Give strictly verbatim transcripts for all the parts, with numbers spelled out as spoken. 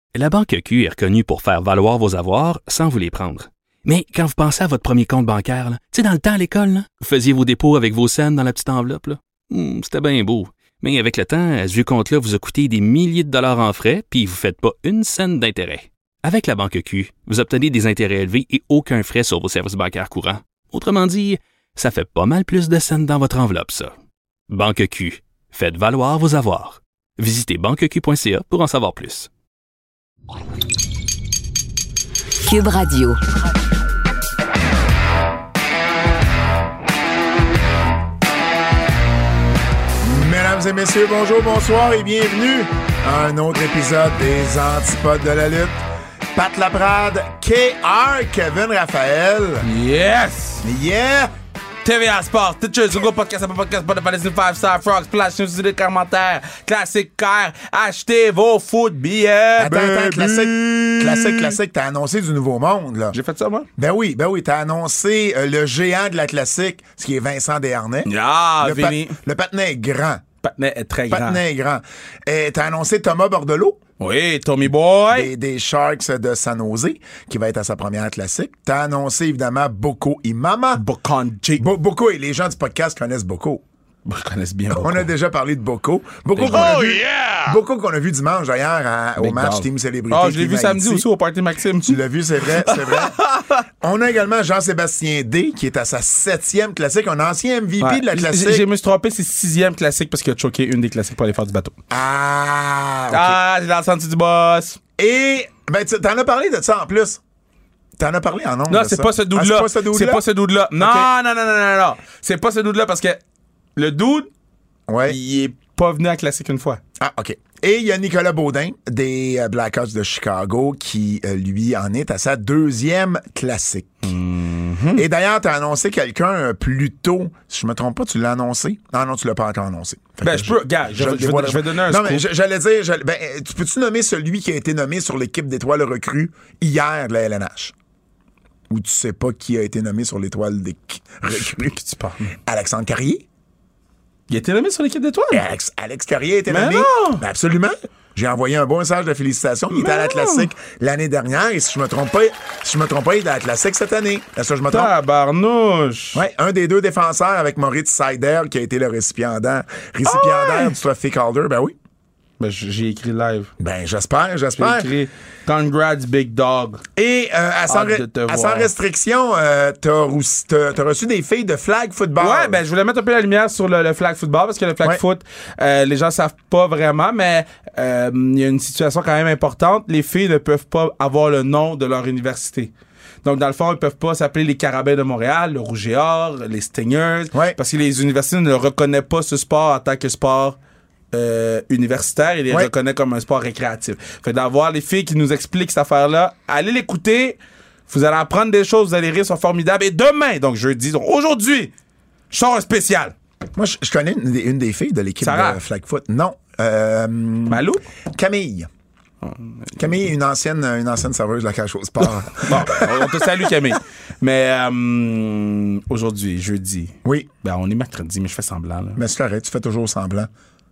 La Banque Q est reconnue pour faire valoir vos avoirs sans vous les prendre. Mais quand vous pensez à votre premier compte bancaire, tu sais, dans le temps à l'école, là, vous faisiez vos dépôts avec vos scènes dans la petite enveloppe. Là. Hum, c'était bien beau. Mais avec le temps, ce vieux compte-là vous a coûté des milliers de dollars en frais, puis vous ne faites pas une scène d'intérêt. Avec la Banque Q, vous obtenez des intérêts élevés et aucun frais sur vos services bancaires courants. Autrement dit, ça fait pas mal plus de scènes dans votre enveloppe, ça. Banque Q. Faites valoir vos avoirs. Visitez banque q point c a pour en savoir plus. Cube Radio. Mesdames et messieurs, bonjour, bonsoir et bienvenue à un autre épisode des Antipodes de la lutte. Pat Laprade, K R, Kevin Raphaël. Yes! Yeah! T V A Sport, Stitcher, Zugo Podcast, Apple Podcast, Spotify, cinq Star, Frogs, Splash, News, des commentaires, Classique Car, achetez vos foot billets. Attends, attends, classique, classique, classique, t'as annoncé du nouveau monde, là. J'ai fait ça, moi? Ben oui, ben oui, t'as annoncé euh, le géant de la classique, ce qui est Vincent Desharnais. Ah, le, Vinny. pat- le patinet est grand. Patinet est très grand. Patinet est grand. Et t'as annoncé Thomas Bordelot. Oui, Tommy Boy. Des, des Sharks de San Jose, qui va être à sa première classique. T'as annoncé, évidemment, Boko Imama. Bokanji. Bo- Boko, et les gens du podcast connaissent Boko. Je connais bien Boko. On a déjà parlé de Boko. Boko qu'on Oh, a vu, yeah! Boko qu'on a vu dimanche, d'ailleurs, à- au Big match dog. Team Célébrité. Ah, je l'ai Team vu samedi Haïti. aussi au Party Maxime. Tu l'as vu, c'est vrai, c'est vrai. On a également Jean-Sébastien D, qui est à sa septième classique, un ancien M V P Ouais. de la classique. J'ai, j'ai me suis trompé, c'est sixième classique parce qu'il a choqué une des classiques pour aller faire du bateau. Ah, OK. Ah, j'ai la senti du boss. Et, ben, tu- t'en as parlé de ça en plus. T'en as parlé en nombre. Non, de c'est ça. pas ce Ah, dude-là. c'est pas ce dude-là? C'est pas ce dude-là. Non, OK. non, non, non, non, non. C'est pas ce dude-là parce que le dude, Ouais. il est pas venu à classique une fois. Ah, OK. Et il y a Nicolas Baudin des euh, Blackhawks de Chicago qui, euh, lui, en est à sa deuxième classique. Mm-hmm. Et d'ailleurs, t'as annoncé quelqu'un euh, plus tôt. Si je me trompe pas, tu l'as annoncé? Non, non, tu l'as pas encore annoncé. Fait Ben, que je peux, gars, je, le je vais, dévoile- je vais donner un Non, scoop. mais je- j'allais dire, j'allais- ben, euh, tu peux-tu nommer celui qui a été nommé sur l'équipe d'étoiles recrues hier de la L N H? Ou tu sais pas qui a été nommé sur l'étoile des recrues? Qui tu parles? Alexandre Carrier? Il a été nommé sur l'équipe d'étoiles. Et Alex, Alex Carrier a été Mais nommé. non! Ben absolument. J'ai envoyé un bon message de félicitations. Il était à la non! classique l'année dernière. Et si je me trompe pas, si je me trompe pas, il est à la classique cette année. Est-ce que je me trompe? Tabarnouche. Ouais, un des deux défenseurs avec Moritz Seider qui a été le récipiendaire, récipiendaire Ah ouais! du trophée Calder. Ben oui. Ben, j- j'ai écrit live. Ben j'espère, J'ai j'espère. écrit Congrats, Big Dog. Et euh, à, sans Hâte re- de te à voir. sans restriction, euh, t'as, reçu- t'as- t'as reçu des filles de flag football. Ouais, ben, je voulais mettre un peu la lumière sur le, le flag football parce que le flag Ouais. foot, euh, les gens savent pas vraiment, mais euh, il y a une situation quand même importante. Les filles ne peuvent pas avoir le nom de leur université. Donc, dans le fond, ils peuvent pas s'appeler les Carabins de Montréal, le Rouge et Or, les Stingers, Ouais. parce que les universités ne reconnaissent pas ce sport en tant que sport euh, universitaire, ils les Ouais. reconnaissent comme un sport récréatif. Fait d'avoir les filles qui nous expliquent cette affaire-là, allez l'écouter, vous allez apprendre des choses, vous allez rire, sont formidables. Et demain, donc jeudi, donc aujourd'hui, je sors un spécial. Moi, je, je connais une des, une des filles de l'équipe Sarah. de flag foot. Non. Euh, Malou? Camille. Camille est une ancienne, une ancienne serveuse de la cage au sport. Bon, on te salue, Camille. Mais euh, aujourd'hui, jeudi, Oui, ben on est mercredi, mais je fais semblant. Là. mais c'est correct, tu fais toujours semblant.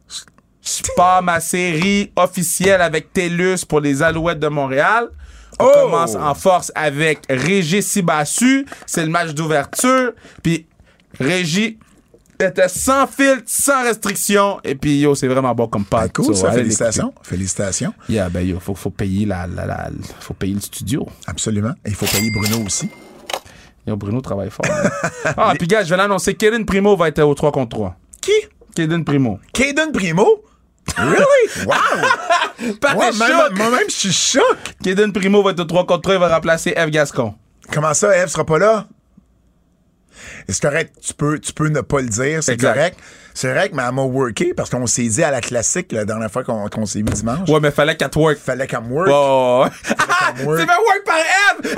Je pars ma série officielle avec TELUS pour les Alouettes de Montréal. On Oh! commence en force avec Régis Sibassu. C'est le match d'ouverture. Puis Régis était sans filtre, sans restriction. Et puis, yo, c'est vraiment bon comme Ben, pote. cool, So, ça, allez félicitations. Félicitations. l'écouter. Yeah, ben yo, faut, faut payer la, la, la- faut payer le studio. Absolument. Et il faut payer Bruno aussi. Yo, Bruno travaille fort. hein. Ah, puis gars, je vais l'annoncer. Kaden Primo va être au trois contre trois. Qui? Kaden Primo. Caden Primo? Really? Wow! Pas Moi, de même, choc. moi-même, je suis choc. Kaden Primo va être au trois contre trois. Il va remplacer F. Gascon. Comment ça, Eve sera pas là? C'est correct, tu peux, tu peux ne pas le dire, c'est Exact. correct. C'est correct, mais elle m'a worké parce qu'on s'est dit à la classique la dernière fois qu'on, qu'on s'est vu dimanche. Ouais, mais fallait qu'elle te work. Fallait qu'elle me work. Oh, ouais. Ah, qu'elle me work. c'est fait work par Eve!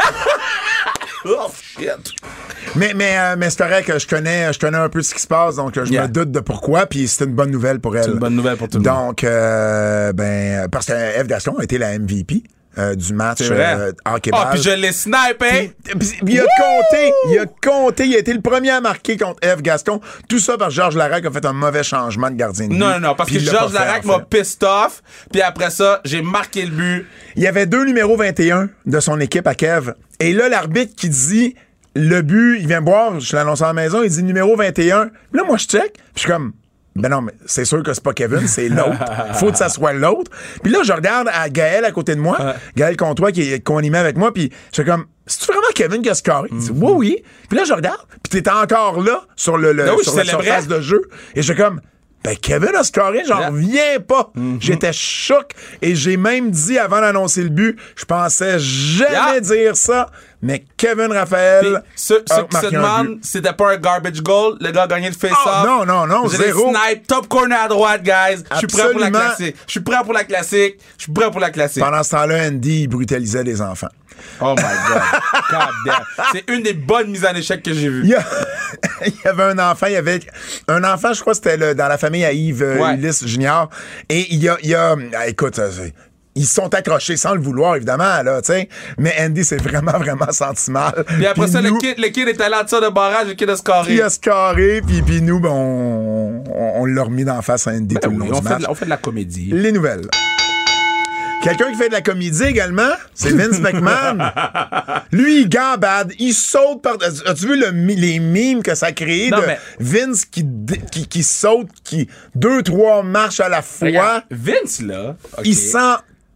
Oh, shit. Mais, mais, euh, mais c'est correct, je connais, je connais un peu ce qui se passe, donc euh, je Yeah. me doute de pourquoi, puis c'est une bonne nouvelle pour elle. C'est une bonne nouvelle pour tout le monde. Donc, euh, ben, parce que Eve Gaston a été la M V P euh, du match C'est vrai. euh, hockey Ah, ball. puis je l'ai snipé! Puis, puis il a compté, il a compté, il a été le premier à marquer contre F. Gaston. Tout ça parce que Georges Larac a fait un mauvais changement de gardien de but. Non, non, non, parce Puis que il l'a Georges pas fait, Larac en m'a fait. pissed off, puis après ça, j'ai marqué le but. Il y avait deux numéros vingt et un de son équipe à Kev. Et là, l'arbitre qui dit le but, il vient me boire, je l'annonce à la maison, il dit numéro vingt et un. Puis là, moi, je check, puis je suis comme, ben non, mais c'est sûr que c'est pas Kevin, c'est l'autre. Faut que ça soit l'autre. Puis là, je regarde à Gaël à côté de moi, Ouais. Gaël Comtois qui est co-animé avec moi, puis je suis comme, c'est-tu vraiment Kevin qui a scoré? Il dit, oui, oui. Puis là, je regarde, puis t'étais encore là sur, le, le- Ah oui, sur je la célébrais. surface de jeu. Et je suis comme, ben Kevin a scoré, j'en Yeah. reviens pas. J'étais choc. Et j'ai même dit avant d'annoncer le but, je pensais jamais Yeah. dire ça, mais Kevin Raphaël Puis ceux, a ceux qui se marqué un demandent but. si c'était pas un garbage goal, le gars a gagné le face-off. Oh, non, non, non, J'ai zéro. des snipes, top corner à droite, guys. Je suis prêt pour la Absolument. classique. Je suis prêt pour la classique. Je suis prêt pour la classique. Pendant ce temps-là, Andy il brutalisait les enfants. Oh my God. God damn. C'est une des bonnes mises en échec que j'ai vues. Il y, a- il y avait un enfant, il y avait un enfant, je crois que c'était le- dans la famille à Yves euh, Ouais. Ulysse Junior. Et il y a, il y a ah, écoute, ça, c'est- ils se sont accrochés sans le vouloir, évidemment, là, tu sais. Mais Andy s'est vraiment, vraiment senti mal. Puis après Puis ça, nous, le kid, le kid est allé en tir de barrage, le kid a scoré. il a scoré, puis, puis nous, ben, on, on, on l'a remis d'en face à Andy Ben tout le oui, long on, du fait match. de, la- on fait de la comédie. Les nouvelles. Quelqu'un qui fait de la comédie également, c'est Vince McMahon. Lui, il gambade, il saute par... As-tu vu le, mi- les mimes que ça a créé Non, de mais- Vince qui, dé- qui, qui saute, qui deux, trois marches à la fois, Regarde, Vince, là, ok. il s'en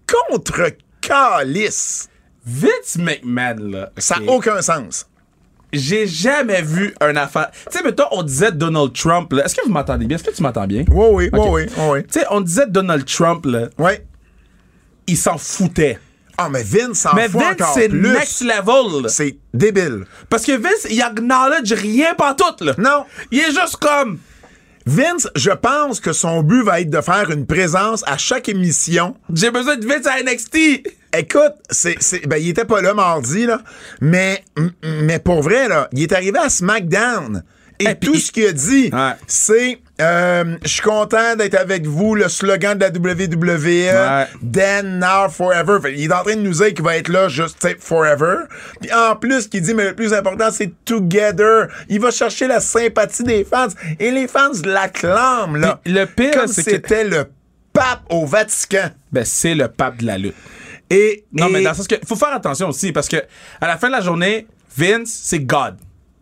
contre-calisse. Vince McMahon, là, ok. Ça n'a aucun sens. J'ai jamais vu un affaire. Tu sais, mettons, on disait Donald Trump, là. Est-ce que vous m'entendez bien? Est-ce que tu m'entends bien? Oui, oui, oui, Ok. oui, oui, oui. Tu sais, on disait Donald Trump, là, Oui. il s'en foutait. Ah, mais Vince s'en Mais fout Vince, encore c'est plus. next level, là. C'est débile. Parce que Vince, il acknowledge rien pantoute, là. Non. Il est juste comme... Vince, je pense que son but va être de faire une présence à chaque émission. J'ai besoin de Vince à N X T. Écoute, c'est, c'est, ben, il était pas là mardi, là, mais, m- mais pour vrai, là, il est arrivé à SmackDown. Et Et tout puis- ce qu'il a dit, Ouais. c'est euh, je suis content d'être avec vous, le slogan de la W W E, Ouais. Then, Now, Forever. Fait, il est en train de nous dire qu'il va être là juste tu sais, forever. Puis en plus, ce qu'il dit, mais le plus important, c'est together. Il va chercher la sympathie des fans. Et les fans l'acclament, là. Puis le pire, comme c'est que- c'était le pape au Vatican. Ben, c'est le pape de la lutte. Et, Non, et- mais dans le sens que faut faire attention aussi, parce que à la fin de la journée, Vince, c'est God.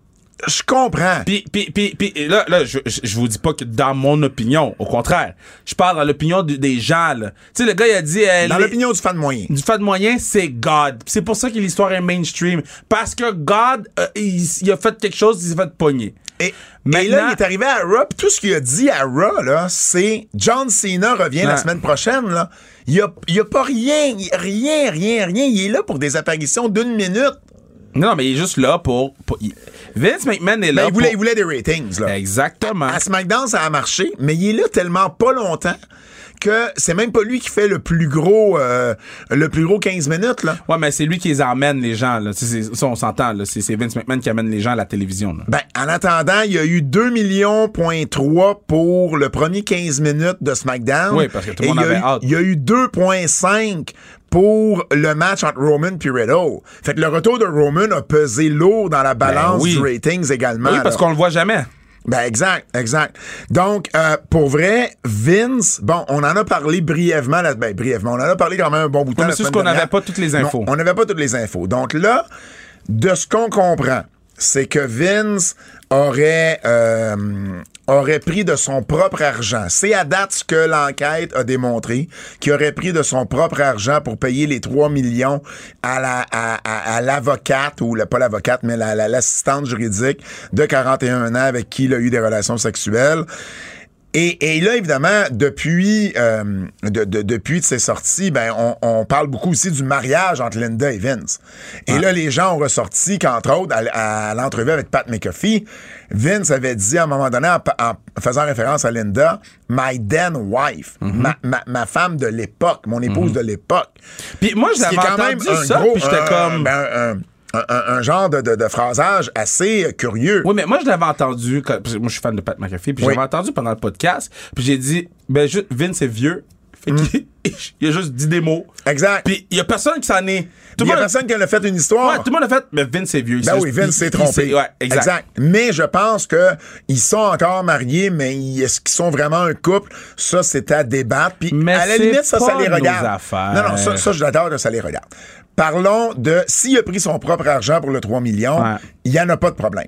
je comprends. Puis, puis, puis, puis et là, là je, je, je vous dis pas que dans mon opinion, au contraire, je parle dans l'opinion de- des gens, là. Tu sais, le gars, il a dit... euh, Dans les- l'opinion du fan moyen. du fan moyen, c'est God. Puis c'est pour ça que l'histoire est mainstream. Parce que God, euh, il, il a fait quelque chose, il s'est fait pogner. Et, et Maintenant- là, il est arrivé à Raw, pis tout ce qu'il a dit à Raw, là, c'est John Cena revient la Ouais. semaine prochaine, là. Il y a, il y a pas rien, rien, rien, rien. Il est là pour des apparitions d'une minute. Non, non, mais il est juste là pour... pour- il- Vince McMahon est là Ben, il, voulait, il pour... voulait des ratings, là. Exactement. À SmackDown, ça a marché, mais il est là tellement pas longtemps que c'est même pas lui qui fait le plus gros euh, le plus gros quinze minutes, là. Ouais, mais c'est lui qui les emmène, les gens, là. Tu sais, c'est- ça, on s'entend, là. C'est c'est Vince McMahon qui amène les gens à la télévision, là. Ben, en attendant, il y a eu deux millions point trois pour le premier quinze minutes de SmackDown. Oui, parce que tout le Et monde il y a avait eu- hâte. Il y a eu deux virgule cinq pour le match entre Roman et Riddle. Fait que le retour de Roman a pesé lourd dans la balance Ben oui. du ratings également. Oui, parce là. qu'on le voit jamais. Ben exact, exact. Donc, euh, pour vrai, Vince, bon, on en a parlé brièvement, là, ben brièvement, on en a parlé quand même un bon bout de temps. Ouais, mais la c'est semaine juste qu'on dernière. n'avait pas toutes les infos. Non, on n'avait pas toutes les infos. Donc là, de ce qu'on comprend, c'est que Vince aurait euh, aurait pris de son propre argent. C'est à date ce que l'enquête a démontré, qu'il aurait pris de son propre argent pour payer les trois millions à la à, à, à l'avocate, ou la, pas l'avocate, mais la, la, l'assistante juridique de quarante et un ans avec qui il a eu des relations sexuelles. Et, et là, évidemment, depuis euh, de, de, depuis ses sorties, ben on, on parle beaucoup aussi du mariage entre Linda et Vince. Et là, les gens ont ressorti qu'entre autres, à, à l'entrevue avec Pat McAfee, Vince avait dit à un moment donné, en, en faisant référence à Linda, « My then wife mm-hmm. », ma, ma, ma femme de l'époque, mon épouse mm-hmm. de l'époque. Puis moi, Ce qui j'avais est quand même entendu un ça, gros, puis j'étais un- comme... ben, un, un, un, un genre de, de, de phrasage assez euh, curieux. Oui, mais moi, je l'avais entendu, quand- parce que moi, je suis fan de Pat McAfee, puis Oui. j'avais entendu pendant le podcast, puis j'ai dit, ben, juste, Vince est vieux, Fait qu'il il a juste dit des mots. Exact. Puis il y a personne qui s'en est... Il y a personne qui en a fait une histoire. Ouais, tout le monde a fait, mais Vince est vieux. Ben oui, Vince s'est trompé. Ouais, exact. exact. Mais je pense que ils sont encore mariés, mais ils- est-ce qu'ils sont vraiment un couple? Ça, c'est à débattre. Puis Mais à la c'est limite, ça, ça pas les nos regarde. affaires. Non, non, ça, ça je l'adore que ça les regarde. Parlons de s'il a pris son propre argent pour le trois millions, Ouais. il n'y en a pas de problème.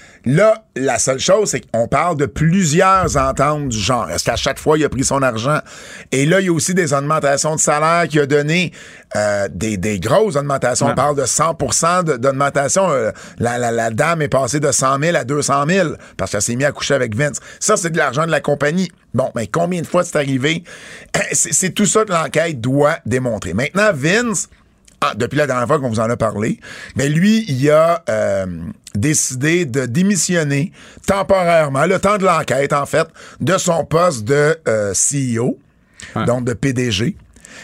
Là, la seule chose, c'est qu'on parle de plusieurs ententes du genre. Est-ce qu'à chaque fois, il a pris son argent? Et là, il y a aussi des augmentations de salaire qu'il a donné, euh, des, des grosses augmentations. Ouais. On parle de cent pour cent de- d'augmentation. Euh, la, la, la dame est passée de cent mille à deux cent mille parce qu'elle s'est mise à coucher avec Vince. Ça, c'est de l'argent de la compagnie. Bon, mais combien de fois c'est arrivé? C'est, c'est tout ça que l'enquête doit démontrer. Maintenant, Vince... Ah, depuis la dernière fois qu'on vous en a parlé, mais lui, il a euh, décidé de démissionner temporairement, le temps de l'enquête, en fait, de son poste de euh, C E O, Ouais. donc de P D G.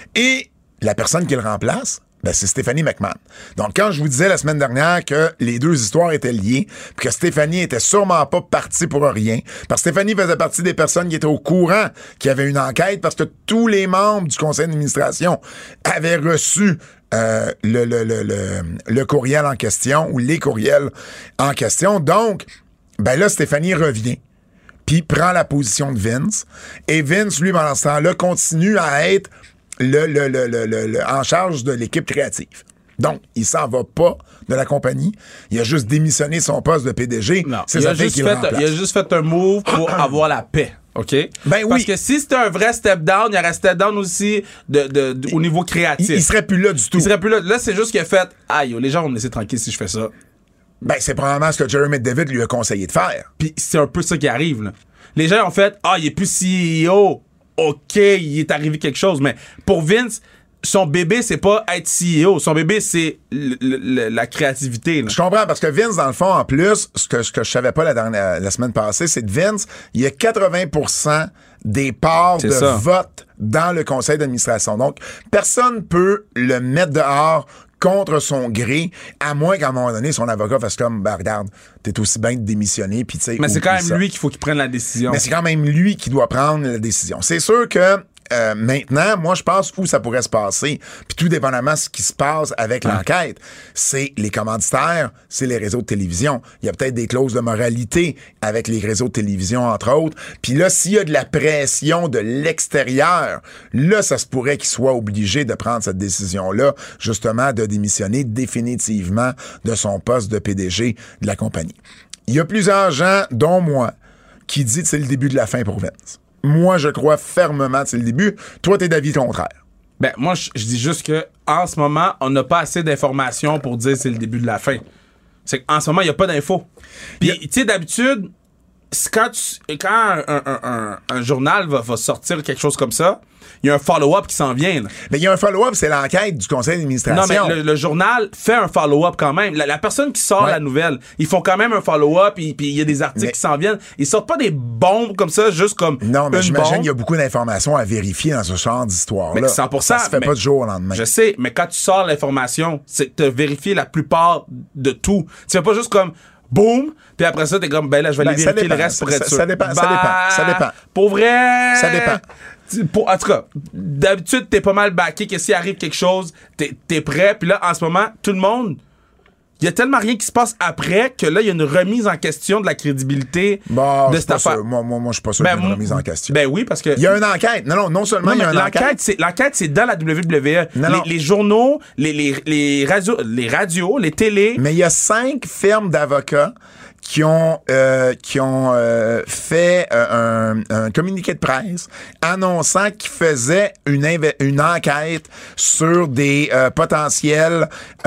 Et la personne qui le remplace, ben, c'est Stephanie McMahon. Donc, quand je vous disais la semaine dernière que les deux histoires étaient liées, puis que Stéphanie était sûrement pas partie pour rien, parce que Stéphanie faisait partie des personnes qui étaient au courant qu'il y avait une enquête, parce que tous les membres du conseil d'administration avaient reçu euh, le, le, le, le, le courriel en question, ou les courriels en question. Donc, ben là, Stéphanie revient, puis prend la position de Vince. Et Vince, lui, pendant ce temps-là, continue à être le, le, le, le, le, le- en charge de l'équipe créative. Donc, il s'en va pas de la compagnie. Il a juste démissionné son poste de P D G. Non, C'est il, sa a fille juste qui le fait, remplace. il a juste fait un move pour avoir la paix. OK? Ben oui. Parce que si c'était un vrai step down, il y aurait step down aussi de, de, de- au niveau créatif. Il, il serait plus là du tout. Il serait plus là. Là, c'est juste qu'il a fait aïe, les gens vont me laisser tranquille si je fais ça. Ben, c'est probablement ce que Jeremy David lui a conseillé de faire. Puis c'est un peu ça qui arrive, là. Les gens ont fait ah, il est plus C E O. OK, il est arrivé quelque chose. Mais pour Vince, son bébé, c'est pas être C E O. Son bébé, c'est le- le- la créativité, là. Je comprends, parce que Vince, dans le fond, en plus, ce que, ce que je savais pas la, dernière, la semaine passée, c'est que Vince, il y a quatre-vingts pour cent des parts C'est de ça. vote dans le conseil d'administration. Donc, personne peut le mettre dehors contre son gré, à moins qu'à un moment donné, son avocat fasse comme, ben regarde, t'es aussi bien de démissionner, puis tu sais... Mais c'est quand oublie même ça. lui qu'il faut qu'il prenne la décision. Mais c'est quand même lui qui doit prendre la décision. C'est sûr que euh, maintenant, moi, je pense où ça pourrait se passer, puis tout dépendamment de ce qui se passe avec Ouais. l'enquête, c'est les commanditaires, c'est les réseaux de télévision. Il y a peut-être des clauses de moralité avec les réseaux de télévision, entre autres. Puis là, s'il y a de la pression de l'extérieur, là, ça se pourrait qu'il soit obligé de prendre cette décision-là, justement, de démissionner définitivement de son poste de P D G de la compagnie. Il y a plusieurs gens, dont moi, qui dit que c'est le début de la fin pour Vince. Moi, je crois fermement que c'est le début. Toi, t'es d'avis contraire. Ben, moi, je je dis juste que en ce moment, on n'a pas assez d'informations pour dire que c'est le début de la fin. C'est qu'en ce moment, il n'y a pas d'infos. Puis, tu sais, d'habitude, c'est quand, tu- quand un, un- un- un- un journal va, va sortir quelque chose comme ça, il y a un follow-up qui s'en vient, là. Mais il y a un follow-up, c'est l'enquête du conseil d'administration. Non, mais le, le journal fait un follow-up quand même. La, la personne qui sort Ouais. la nouvelle, ils font quand même un follow-up, puis puis il y a des articles Mais- qui s'en viennent. Ils sortent pas des bombes comme ça, juste comme Non, mais une j'imagine bombe. qu'il y a beaucoup d'informations à vérifier dans ce genre d'histoire-là. Mais cent pour cent. Ça se fait mais- pas du jour au lendemain. Je sais, mais quand tu sors l'information, c'est de vérifier la plupart de tout. Tu fais pas juste comme boum, puis après ça, t'es comme, ben là, je vais Ben, aller ça vérifier dépend. le reste pour Ça- être ça sûr. dépend, ça Bah, dépend, ça dépend. Pour vrai. Ça dépend. Tu- Pour, en tout cas, d'habitude, t'es pas mal backé que s'il arrive quelque chose, t'es, t'es prêt. Puis là, en ce moment, tout le monde, il y a tellement rien qui se passe après que là, il y a une remise en question de la crédibilité Bon, de je suis cette pas affaire. sûr. Moi, moi, moi, je suis pas sûr Ben, qu'il y ait une m- remise en question. Ben oui, parce que. Il y a une enquête. Non, non, non seulement Non, il y a mais une l'enquête, enquête. c'est, l'enquête, c'est dans la W W E. Non, les, non. les journaux, les, les, les, radios, les radios, les télés. Mais il y a cinq firmes d'avocats qui ont euh, qui ont euh, fait euh, un, un communiqué de presse annonçant qu'ils faisaient une inve- une enquête sur des euh, potentiels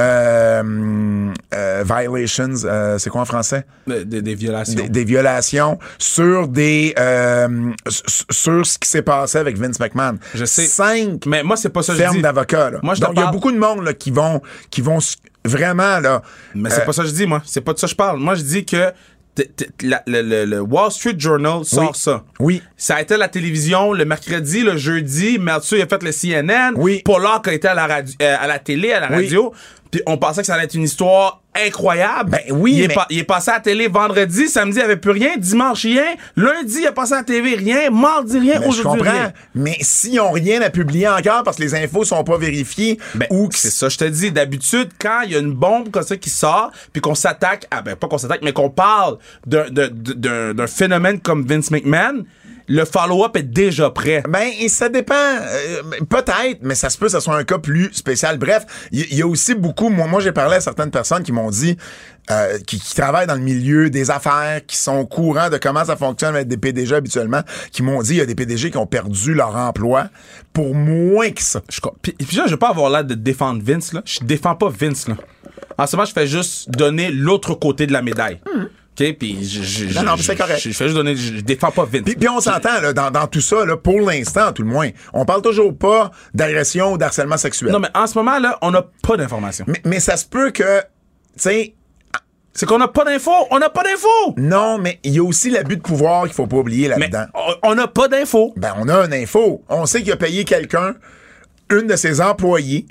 euh, euh, violations, euh, c'est quoi en français? Des, des- des violations. Des, des violations sur des euh, s- sur ce qui s'est passé avec Vince McMahon. Je sais. Cinq Mais moi, c'est pas ça que je fermes dis. d'avocats. Là. Moi, je te Donc, il y a parle- beaucoup de monde là, qui vont qui vont s- vraiment là. Mais c'est euh, pas ça que je dis, moi. C'est pas de ça que je parle. Moi, je dis que t- t- la- le, le- le Wall Street Journal sort Oui. ça. Oui. Ça a été à la télévision le mercredi, le jeudi. Mathieu a fait le C N N. Oui. Pollard a été à la, radio, euh, à la télé, à la Oui. radio. Puis on pensait que ça allait être une histoire incroyable. Ben oui, il est, mais- pa- il est passé à la télé vendredi, samedi, il n'y avait plus rien, dimanche, rien, lundi, il est passé à la T V, rien, mardi, rien, Mais je aujourd'hui, comprends. rien. Mais s'ils n'ont rien à publier encore parce que les infos sont pas vérifiées Ben, ou que c'est ça, je te dis. D'habitude, quand il y a une bombe comme ça qui sort, puis qu'on s'attaque, ah ben pas qu'on s'attaque, mais qu'on parle d'un, d'un, d'un, d'un phénomène comme Vince McMahon, le follow-up est déjà prêt. Ben, et ça dépend. euh, peut-être, mais ça se peut que ce soit un cas plus spécial. Bref, il y, y a aussi beaucoup. Moi, moi, j'ai parlé à certaines personnes qui m'ont dit, euh, qui, qui travaillent dans le milieu des affaires, qui sont au courant de comment ça fonctionne avec des P D G habituellement, qui m'ont dit il y a des P D G qui ont perdu leur emploi pour moins que ça. Je, puis, puis là, je vais pas avoir l'air de défendre Vince, là. Je défends pas Vince, là. En ce moment, je fais juste donner l'autre côté de la médaille. OK? Puis je, je, Non, non, je- c'est correct. Je, je fais juste donner. Je défends pas Vince. Puis, puis on s'entend là, dans, dans tout ça, là, pour l'instant, tout le moins. On parle toujours pas d'agression ou d'harcèlement sexuel. Non, mais en ce moment, là, on n'a pas d'informations. mais, mais ça se peut que, tu sais, C'est qu'on n'a pas d'infos. On n'a pas d'infos. non, mais il y a aussi l'abus de pouvoir qu'il faut pas oublier Mais là-dedans. on- on n'a pas d'infos. Ben, on a une info. On sait qu'il a payé quelqu'un, une de ses employés,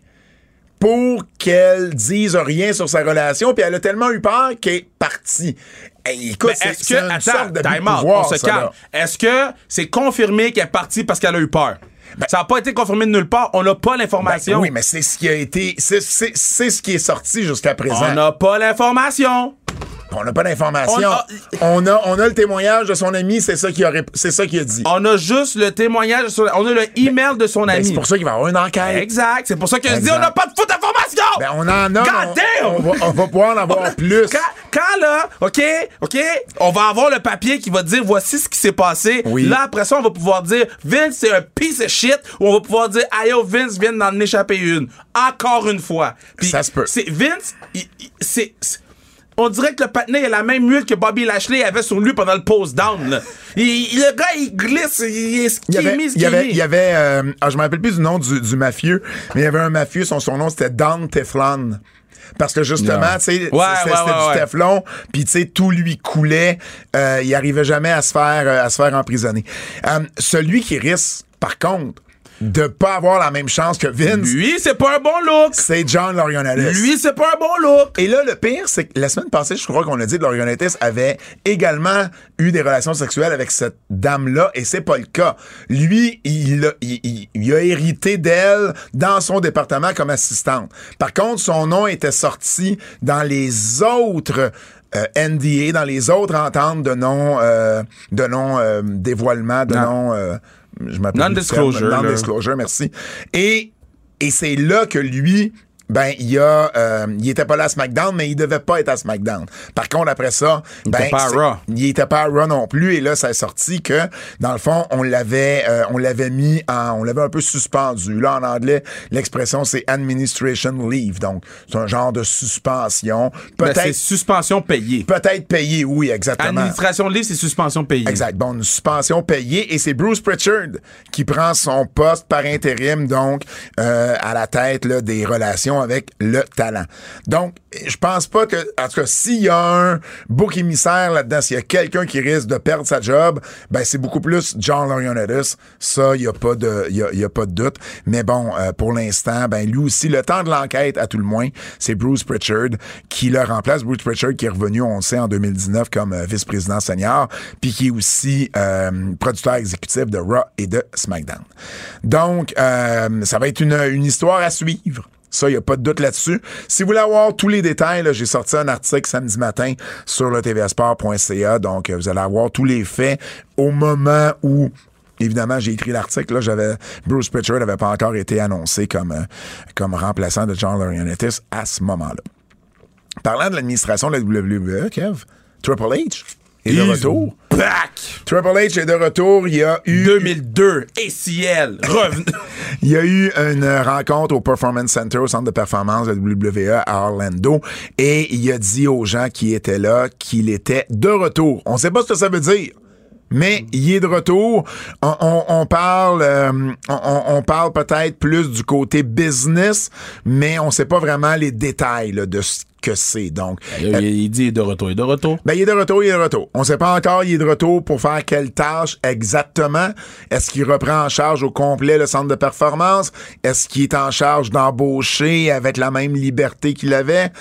pour qu'elle dise rien sur sa relation, puis elle a tellement eu peur qu'elle est partie. Hey, écoute, Mais c'est, est-ce c'est que, une attends, sorte d'abus de time out, pouvoir, on se ça, calme. là. Est-ce que c'est confirmé qu'elle est partie parce qu'elle a eu peur? ça n'a pas été confirmé de nulle part. On n'a pas Ben, l'information. oui, mais c'est ce qui a été, c'est, c'est, c'est ce qui est sorti jusqu'à présent. On n'a pas l'information. On n'a pas d'informations. On a- On a, on a le témoignage de son ami, c'est ça qu'il a, rép- c'est ça qu'il a dit. On a juste le témoignage, de son- on a le email de son Ben, ami. c'est pour ça qu'il va y avoir une enquête. Exact. C'est pour ça que je dis Exact. on n'a pas de foot d'information. Ben, on en a. God on, damn! on va, on va pouvoir en avoir plus. Quand, quand là, OK, OK, on va avoir le papier qui va dire voici ce qui s'est passé. Oui. Là, après ça, on va pouvoir dire Vince, c'est un piece of shit. Ou on va pouvoir dire aïe, oh, Vince vient d'en échapper une. Encore une fois. Puis Ça se peut. C'est, Vince, il- il- c'est. c'est- on dirait que le patinet a la même huile que Bobby Lashley avait sur lui pendant le pose down. Là. Il, il- le gars, il glisse, il est Il y avait, skinny, il y avait, skinny. il y avait euh, ah, je me rappelle plus du nom du, du mafieux, mais il y avait un mafieux, son surnom c'était Don Teflon. Parce que justement, Non. tu sais, Ouais, c'était ouais, c'était ouais, du ouais. Teflon, puis tu sais, tout lui coulait, euh, il arrivait jamais à se faire, euh, à se faire emprisonner. Euh, celui qui risque, par contre, de pas avoir la même chance que Vince, Lui, c'est pas un bon look. c'est John Laurinaitis. Lui, c'est pas un bon look. Et là, le pire, c'est que la semaine passée, je crois qu'on a dit que Laurinaitis avait également eu des relations sexuelles avec cette dame-là, et c'est pas le cas. Lui, il a, il, il- il a hérité d'elle dans son département comme assistante. Par contre, son nom était sorti dans les autres euh, N D A, dans les autres ententes de non, euh, de non euh, dévoilement, de Non. non... euh, je m'appelle Non-disclosure, là. Non-disclosure, merci. Et, et c'est là que lui... Ben, il a, euh, il était pas là à SmackDown, mais il devait pas être à SmackDown. Par contre, après ça, Il ben, était pas à c'est- Raw. il était pas à Raw non plus. Et là, ça est sorti que, dans le fond, on l'avait, euh, on l'avait mis en, on l'avait un peu suspendu. Là, en anglais, l'expression c'est administration leave. Donc, c'est un genre de suspension. Ben, Peut-être, c'est suspension payée. peut-être payé, oui, exactement. Administration de livre, c'est suspension payée. Exact. Bon, une suspension payée et c'est Bruce Pritchard qui prend son poste par intérim, donc, euh, à la tête là, des relations avec le talent. Donc, je pense pas que, en tout cas, s'il y a un bouc émissaire là-dedans, s'il y a quelqu'un qui risque de perdre sa job, ben c'est beaucoup plus John Laurinaitis. Ça, il y a pas de, il y a, y a pas de doute. Mais bon, euh, pour l'instant, ben lui aussi, le temps de l'enquête, à tout le moins, c'est Bruce Pritchard qui le remplace. Bruce Pritchard qui est revenu, on le sait, en deux mille dix-neuf comme euh, vice-président senior, puis qui est aussi euh, producteur exécutif de Raw et de SmackDown. Donc, euh, ça va être une, une histoire à suivre. Ça, il n'y a pas de doute là-dessus. Si vous voulez avoir tous les détails, là, j'ai sorti un article samedi matin sur le t v sport point c a. Donc, euh, vous allez avoir tous les faits au moment où, évidemment, j'ai écrit l'article. Là, j'avais Bruce Pritchard n'avait pas encore été annoncé comme, euh, comme remplaçant de John Laurinaitis à ce moment-là. Parlant de l'administration de la W W E, Kev, Triple H est de He's retour. Back! Triple H est de retour. Il y a eu... deux mille deux, A C L, revenu. Il y a eu une rencontre au Performance Center, au centre de performance de la W W E à Orlando, et il a dit aux gens qui étaient là qu'il était de retour. On sait pas ce que ça veut dire, mais il est de retour. On, on, on parle, euh, on, on parle peut-être plus du côté business, mais on sait pas vraiment les détails là, de ce que c'est. Donc, il, il dit il est de retour, il est de retour. ben, il est de retour, il est de retour. On sait pas encore, il est de retour pour faire quelle tâche exactement. Est-ce qu'il reprend en charge au complet le centre de performance? Est-ce qu'il est en charge d'embaucher avec la même liberté qu'il avait?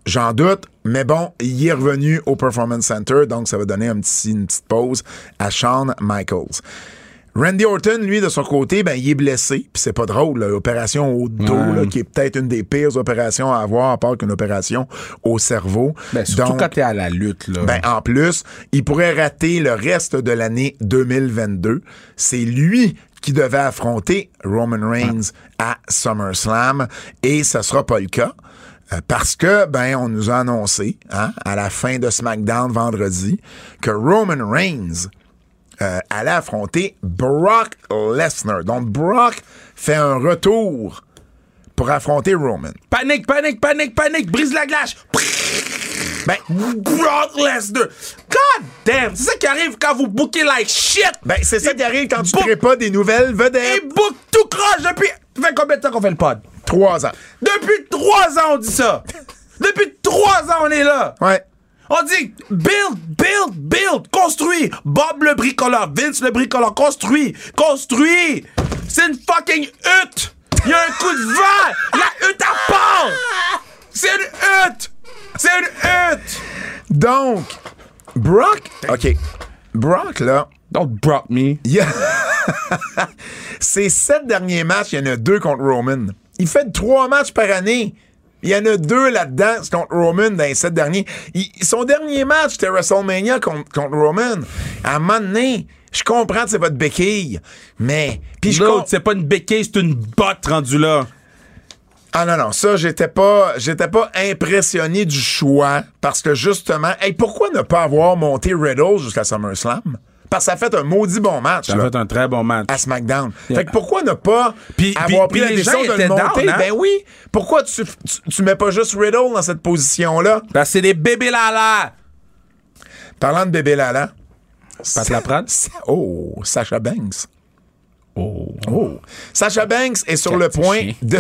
J'en doute, mais bon, il est revenu au Performance Center, donc ça va donner un petit, une petite pause à Shawn Michaels. Randy Orton, lui, de son côté, ben, il est blessé. Puis c'est pas drôle, là, l'opération au dos, ouais. là, qui est peut-être une des pires opérations à avoir, à part qu'une opération au cerveau. Ben, surtout Donc, quand t'es à la lutte, là. Ben, en plus, il pourrait rater le reste de l'année deux mille vingt-deux. C'est lui qui devait affronter Roman Reigns ouais. à SummerSlam, et ça sera pas le cas. Euh, parce que, ben, on nous a annoncé, hein, à la fin de SmackDown vendredi, que Roman Reigns Euh, allait affronter Brock Lesnar. Donc, Brock fait un retour pour affronter Roman. Panique, panique, panique, panique, brise la glace. Ben, Brock Lesnar. God damn, c'est ça qui arrive quand vous bookez like shit. Ben, c'est ça qui arrive quand tu book... crées pas des nouvelles vedettes. Et book tout croche depuis... Ça fait combien de temps qu'on fait le pod? Trois ans. Depuis trois ans, on dit ça. Depuis trois ans, on est là. Ouais. On dit build, build, build, construis. Bob le bricoleur, Vince le bricoleur, construis, construis. C'est une fucking hutte. Il y a un coup de vent. La hutte à part. C'est une hutte. C'est une hutte. Donc, Brock, OK. Brock, là. Don't Brock me. Yeah. Ces sept derniers matchs, il y en a deux contre Roman. Il fait trois matchs par année. Il y en a deux là-dedans contre Roman dans les sept derniers. Il, son dernier match, c'était WrestleMania contre, contre Roman. À un moment donné, je comprends que c'est votre béquille, mais... Puis je L'autre, comp- c'est pas une béquille, c'est une botte rendue là. Ah non, non, ça, j'étais pas j'étais pas impressionné du choix, parce que justement... Hey, pourquoi ne pas avoir monté Riddle jusqu'à SummerSlam? Parce que ça a fait un maudit bon match. Ça a là, fait un très bon match. à SmackDown. Yeah. Fait que pourquoi ne pas Puis- avoir puis- pris puis la les gens décision de le étaient monter? down, hein? Ben oui. Pourquoi tu, tu, tu mets pas juste Riddle dans cette position-là? Ben, c'est des bébés là-là. Parlant de bébé Lala. Pat Laprade? Oh, Sasha Banks. Oh. Oh. Sasha Banks est sur le point chien. de...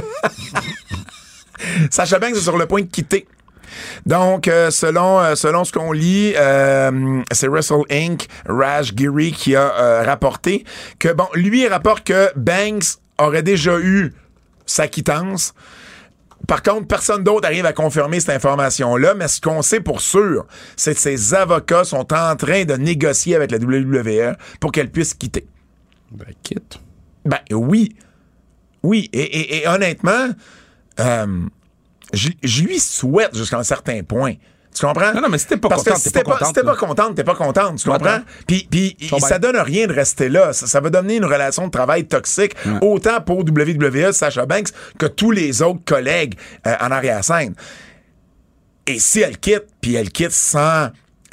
Sasha Banks est sur le point de quitter. Donc, euh, selon, euh, selon ce qu'on lit, euh, c'est Wrestle Incorporated, Raj Giri, qui a euh, rapporté que, bon, lui, il rapporte que Banks aurait déjà eu sa quittance. Par contre, personne d'autre arrive à confirmer cette information-là, mais ce qu'on sait pour sûr, c'est que ses avocats sont en train de négocier avec la W W E pour qu'elle puisse quitter. Ben, quitte. Ben oui. Oui. Et, et, et honnêtement, euh, je, je lui souhaite jusqu'à un certain point. Tu comprends? Non, non, mais si t'es pas Parce contente, que si t'es t'es pas pas, contente, si t'es là. pas contente, t'es pas contente. Tu comprends? Attends. Puis, puis Sont ça bien. donne rien de rester là. Ça, ça va devenir une relation de travail toxique, Ouais. autant pour W W E, Sasha Banks, que tous les autres collègues euh, en arrière-scène. Et si elle quitte, puis elle quitte sans...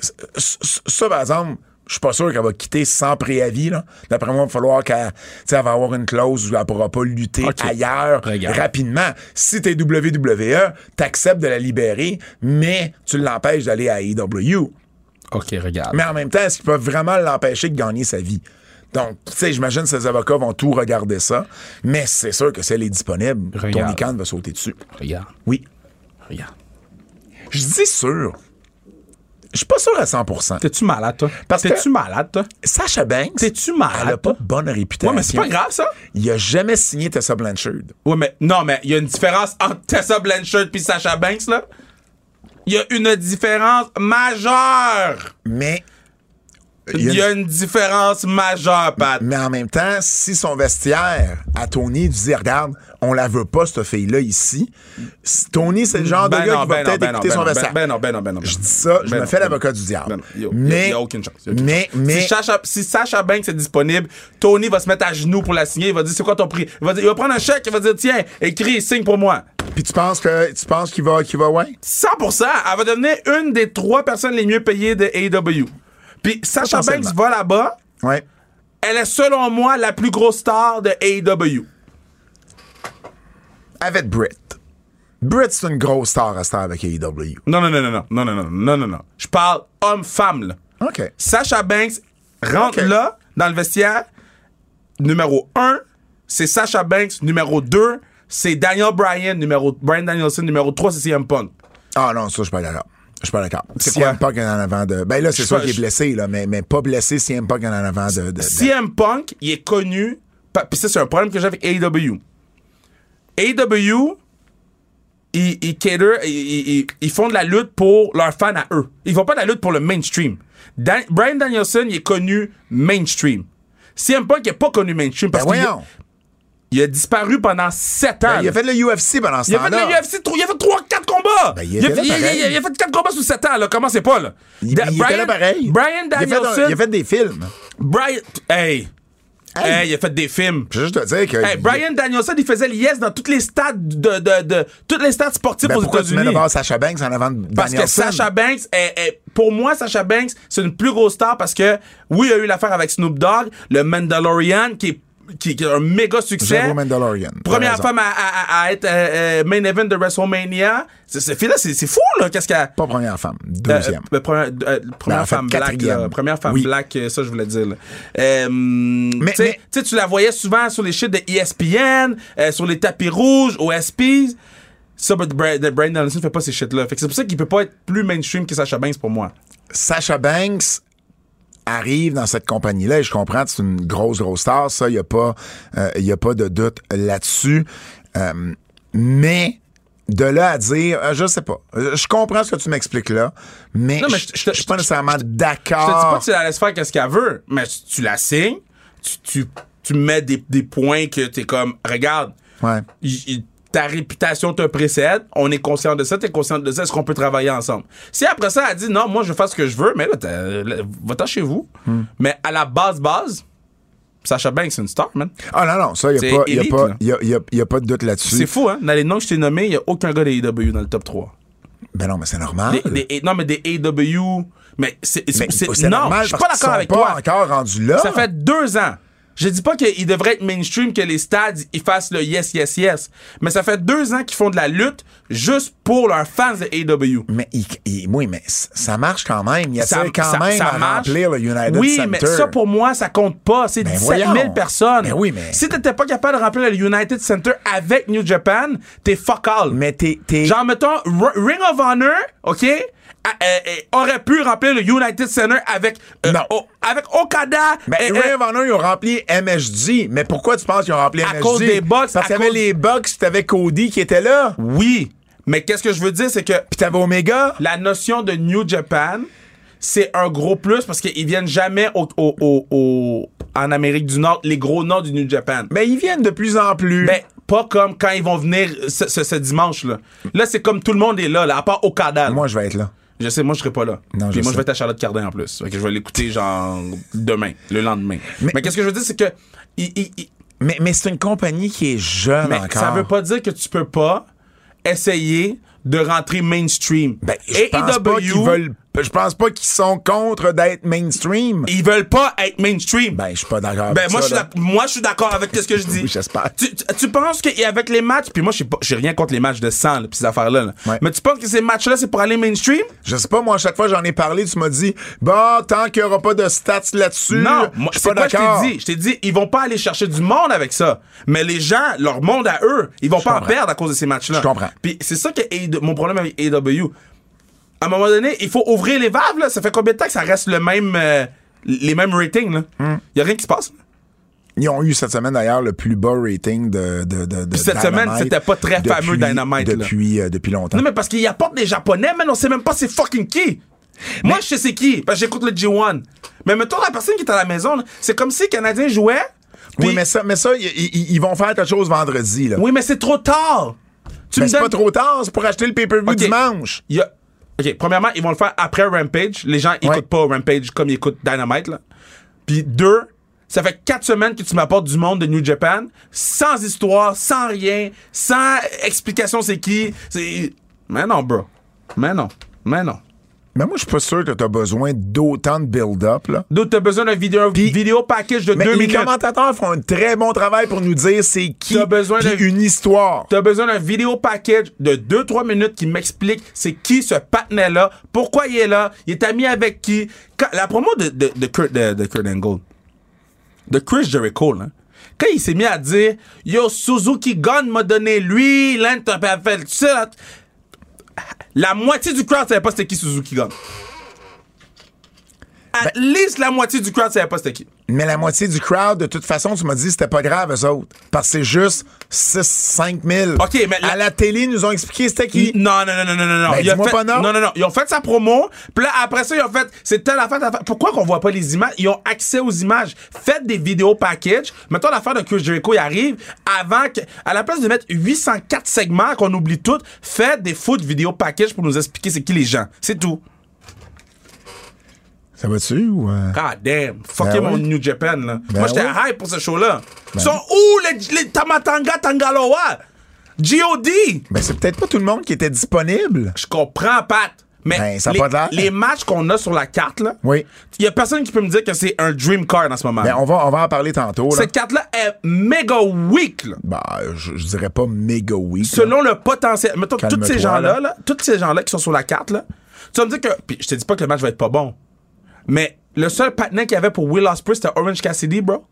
Ça, par exemple... Je suis pas sûr qu'elle va quitter sans préavis. Là. D'après moi, il va falloir qu'elle elle va avoir une clause où elle pourra pas lutter Okay. ailleurs Regarde. rapidement. Si t'es W W E, t'acceptes de la libérer, mais tu l'empêches d'aller à A E W. OK, regarde. Mais en même temps, est-ce qu'ils peuvent vraiment l'empêcher de gagner sa vie? Donc, tu sais, j'imagine que ses avocats vont tout regarder ça. Mais c'est sûr que si elle est disponible, Regarde. Tony Khan va sauter dessus. Regarde. Oui. Regarde. Je dis sûr. Je suis pas sûr à cent pour cent. T'es-tu malade, toi? Parce T'es-tu que- malade, toi? Sacha Banks, T'es-tu malade, elle a pas toi? de bonne réputation. Ouais, mais c'est pas grave, ça. Il a jamais signé Tessa Blanchard. Ouais, mais non, mais il y a une différence entre Tessa Blanchard puis Sasha Banks, là. Il y a une différence majeure. Mais... Il y a une différence majeure, Pat. Mais en même temps, si son vestiaire à Tony dit regarde, on la veut pas, cette fille-là, ici. Si Tony, c'est le genre Ben de gars non, qui va ben peut-être non, ben écouter non, son ben vestiaire. Ben non, ben non, ben non. Je dis ça, je Ben me non, fais ben l'avocat non. du diable. Ben non, il y a- mais, il y a aucune chance. Il y a aucune mais, mais, Si Sasha, si Sasha Banks est disponible, Tony va se mettre à genoux pour la signer. Il va dire c'est quoi ton prix? Il va, dire, il va prendre un chèque, il va dire tiens, écris, signe pour moi. puis tu penses que, tu penses qu'il va, qu'il va, ouais? cent pour cent, elle va devenir une des trois personnes les mieux payées de A E W. Puis Sasha Potentiellement. Banks va là-bas. Ouais. Elle est selon moi la plus grosse star de A E W. Avec Britt. Britt, c'est une grosse star à star avec A E W. Non, non, non, non, non, non, non, non, non, non, non. Je parle homme-femme, là. OK. Sasha Banks rentre Ok. là, dans le vestiaire. Numéro un, c'est Sasha Banks. Numéro deux, c'est Daniel Bryan. Numéro, Bryan Danielson. Numéro trois, c'est C M Punk. Ah non, ça, je suis pas d'accord. Je suis pas d'accord. C'est C M quoi? Punk est en avant de... Ben là, c'est Je sûr sais qu'il est pas, blessé, là, mais, mais pas blessé, C M Punk est en avant de... de, de- C M Punk, il est connu. pa- Puis ça, c'est un problème que j'ai avec A E W. A E W ils, ils cater, ils, ils, ils font de la lutte pour leurs fans à eux. Ils font pas de la lutte pour le mainstream. Dan- Bryan Danielson, il est connu mainstream. C M Punk, il est pas connu mainstream parce Ben qu'il voyons. a, il a disparu pendant sept ans. Ben, il a fait le U F C pendant ce Il a fait temps-là. le U F C, il a fait trois quatre combats. Ben, il il, était a là fait, il, pareil. il- il a fait quatre combats sous sept ans, là. Comment c'est pas, là? Il, Da- il Bryan- était là pareil. Bryan Il a fait, Danielson. un- il a fait des films. Bryan. Hey. Hey. Hey, il a fait des films. Je veux juste te dire que... Hey, Bryan Danielson, il faisait le yes dans tous les stades de, de, de, toutes les stades sportifs Ben, aux pourquoi tu mets États-Unis. d'abord Sacha Banks en avant de Parce que Danielson? Sasha Banks, est, est- pour moi, Sasha Banks, c'est une plus grosse star parce que, oui, il y a eu l'affaire avec Snoop Dogg, le Mandalorian, qui est, qui, qui est un méga succès. J'avoue Mandalorian. T'as Première raison. femme à, à, à- à être euh, euh, main event de WrestleMania. C'est- Ce fille-là, c'est c'est fou, là. Qu'est-ce qu'elle. Pas première femme, deuxième. Euh, euh, première euh, première Ben, en fait, femme black. quatrième. Là, première femme Oui. black, euh, ça, je voulais dire. là. Euh, Mais- tu sais- mais- tu sais, tu la voyais souvent sur les shit de E S P N, euh, sur les tapis rouges, au S Ps. Ça, but Bra- de Bryan Danielson fait pas ces shit-là. Fait que c'est pour ça qu'il peut pas être plus mainstream que Sasha Banks pour moi. Sacha Banks arrive dans cette compagnie-là et je comprends que c'est une grosse, grosse star. Ça, il n'y a, pas, euh, y a pas de doute là-dessus. Euh, mais de là à dire, euh, je sais pas. Euh, Je comprends ce que tu m'expliques là, mais Non, mais je je- je te- je suis pas nécessairement Je te dis d'accord. pas que tu la laisses faire qu'est-ce qu'elle veut, mais tu la signes, tu, tu, tu mets des, des points que t'es comme, regarde, Ouais. il- il- ta réputation te précède, on est conscient de ça, t'es conscient de ça, est-ce qu'on peut travailler ensemble? Si après ça, elle dit, non, moi, je vais faire ce que je veux, mais là, t'as- là, va-t'en chez vous. Hmm. Mais à la base, base, Sasha Banks, c'est une star, man. Ah non, non, ça, il n'y C'est a, pas- y a, élite, pas- là. y a, y a- y a pas de doute là-dessus. C'est fou, hein? Dans les noms que je t'ai nommés, il n'y a aucun gars des A E W dans le top trois. Ben non, mais c'est normal. Des- des- non, mais des A E W, mais c'est... mais c'est- c'est non, normal je suis parce pas qu'ils d'accord sont avec pas toi. encore rendus là. Ça fait deux ans. Je dis pas qu'il devrait être mainstream, que les stades ils fassent le yes, yes, yes. Mais ça fait deux ans qu'ils font de la lutte juste pour leurs fans de A E W. Mais il- il- oui, mais c- ça marche quand même. Il y a Ça- quand ça- même ça à marche. remplir le United Oui, Center. mais ça pour moi, ça compte pas. C'est Ben dix-sept mille voyons. personnes. Ben oui, mais- Si t'étais pas capable de remplir le United Center avec New Japan, t'es fuck all. Mais t'es... t'es- Genre, mettons, R- Ring of Honor, OK, a- euh, euh, aurait pu remplir le United Center avec, euh, Non. O- avec Okada. Ben, euh, Ring euh, of Honor, ils ont rempli M S G. Mais pourquoi tu penses qu'ils ont rempli À M S G? cause des Bucks, Parce à qu'il y avait cause- les Bucks, t'avais Cody qui était là. Oui, mais qu'est-ce que je veux dire, c'est que Puis t'avais Omega. la notion de New Japan, c'est un gros plus parce qu'ils viennent jamais au, au- au- au- en Amérique du Nord, les gros noms du New Japan. Ben, ils viennent de plus en plus. Ben, pas comme quand ils vont venir ce, ce- ce dimanche-là. Là, c'est comme tout le monde est là, là à part Okada. là. Moi, je vais être là. Je sais, moi, je serai pas là. Non, Puis je moi, sais. je vais être à Charlotte Cardin en plus. Fait que je vais l'écouter, genre, demain, le lendemain. Mais, Mais- qu'est-ce que je veux dire, c'est que. il- il- il- Mais, mais c'est une compagnie qui est jeune mais encore. ça veut pas dire que tu peux pas essayer de rentrer mainstream. Ben, je pense pas qu'ils veulent... Je pense pas qu'ils sont contre d'être mainstream. Ils veulent pas être mainstream. Ben, je suis pas d'accord Ben, avec moi, je ça, suis là. d'ac- moi, je suis d'accord avec ce que je dis. Oui, j'espère. Tu, tu, tu penses qu'avec les matchs, puis moi, je sais pas- j'ai rien contre les matchs de sang, là, pis ces affaires-là. là. Ouais. Mais tu penses que ces matchs-là, c'est pour aller mainstream? Je sais pas, moi, à chaque fois j'en ai parlé, tu m'as dit, bah, tant qu'il y aura pas de stats là-dessus, Non, moi, je c'est suis pas quoi je d'accord. t'ai dit? Je t'ai dit, ils vont pas aller chercher du monde avec ça. Mais les gens, leur monde à eux, ils vont pas en comprends. perdre à cause de ces matchs-là. Je comprends. Puis c'est ça que A E W mon problème avec A E W. À un moment donné, il faut ouvrir les valves, là. Ça fait combien de temps que ça reste le même, euh, les mêmes ratings, là? Hmm. Y a rien qui se passe. Ils ont eu cette semaine d'ailleurs le plus bas rating de, de, de, de Puis cette Dynamite semaine, c'était pas très fameux, Dynamite, là. Depuis, euh, depuis longtemps. Non, mais parce qu'ils apportent des Japonais, mais on sait même pas c'est fucking qui. Moi, je sais c'est qui, parce que j'écoute le G un. Mais mettons la personne qui est à la maison, là, c'est comme si les Canadiens jouaient. Oui, puis- mais ça, mais ça, ils- ils ils vont faire quelque chose vendredi, là. Oui, mais c'est trop tard. Tu Mais me c'est donnes- pas trop tard, c'est pour acheter le pay-per-view Ok. dimanche. Il y a- OK, premièrement, ils vont le faire après Rampage. Les gens Ouais. écoutent pas Rampage comme ils écoutent Dynamite, là. Puis deux, ça fait quatre semaines que tu m'apportes du monde de New Japan, sans histoire, sans rien, sans explication c'est qui. C'est... Mais non, bro. Mais non. Mais non. Mais moi, je suis pas sûr que t'as besoin d'autant de build-up, là. D'autres, t'as besoin d'un vidéo, vidéo package de Mais deux les minutes. commentateurs font un très bon travail pour nous dire c'est qui, T'as besoin puis de- une histoire. T'as besoin d'un vidéo package de deux trois minutes qui m'explique c'est qui ce patinet-là, pourquoi il est là, il est ami avec qui. Quand- la promo de, de, de, Kurt, de, de Kurt Angle, de Chris Jericho, là, quand il s'est mis à dire « Yo, Suzuki Gun m'a donné lui, l'un t'a fait ça, là. » La moitié du crowd savait pas c'était qui Suzuki Gun. At least la moitié du crowd savait pas c'était qui. Mais la moitié du crowd, de toute façon, tu m'as dit c'était pas grave, eux autres. Parce que c'est juste six cinq mille. OK, mais... À la télé, ils nous ont expliqué c'était qui. Non, non, non, non, non, non. non. Ben, dis-moi fait... pas non. Non, non, non. Ils ont fait sa promo. Puis là, après ça, ils ont fait... C'est telle affaire, telle affaire. Pourquoi qu'on voit pas les images? Ils ont accès aux images. Faites des vidéos package. Mettons l'affaire de Chris Jericho, il arrive avant que... À la place de mettre huit cent quatre segments qu'on oublie tout, faites des foot vidéo package pour nous expliquer c'est qui les gens. C'est tout. Ça va-tu ou... Euh... God damn. Fucké Ben mon oui. New Japan, là. Ben Moi, j'étais oui. hype pour ce show-là. Ils Ben sont où, les, les Tamatanga Tangaloa? G O D? Ben, c'est peut-être pas tout le monde qui était disponible. Je comprends, Pat. Mais Ben, ça a les, pas l'air. les matchs qu'on a sur la carte, là, Oui. il y a personne qui peut me dire que c'est un dream card en ce moment. Ben, on va, on va en parler tantôt, là. Cette carte-là est méga weak, là. Ben, je, je dirais pas méga weak. Selon le potentiel. Mettons, tous Calme-toi, ces gens-là, là. là, tous ces gens-là qui sont sur la carte, là, tu vas me dire que. Puis je te dis pas que le match va être pas bon. Mais le seul partenaire qu'il y avait pour Will Ospreay, c'était Orange Cassidy, bro.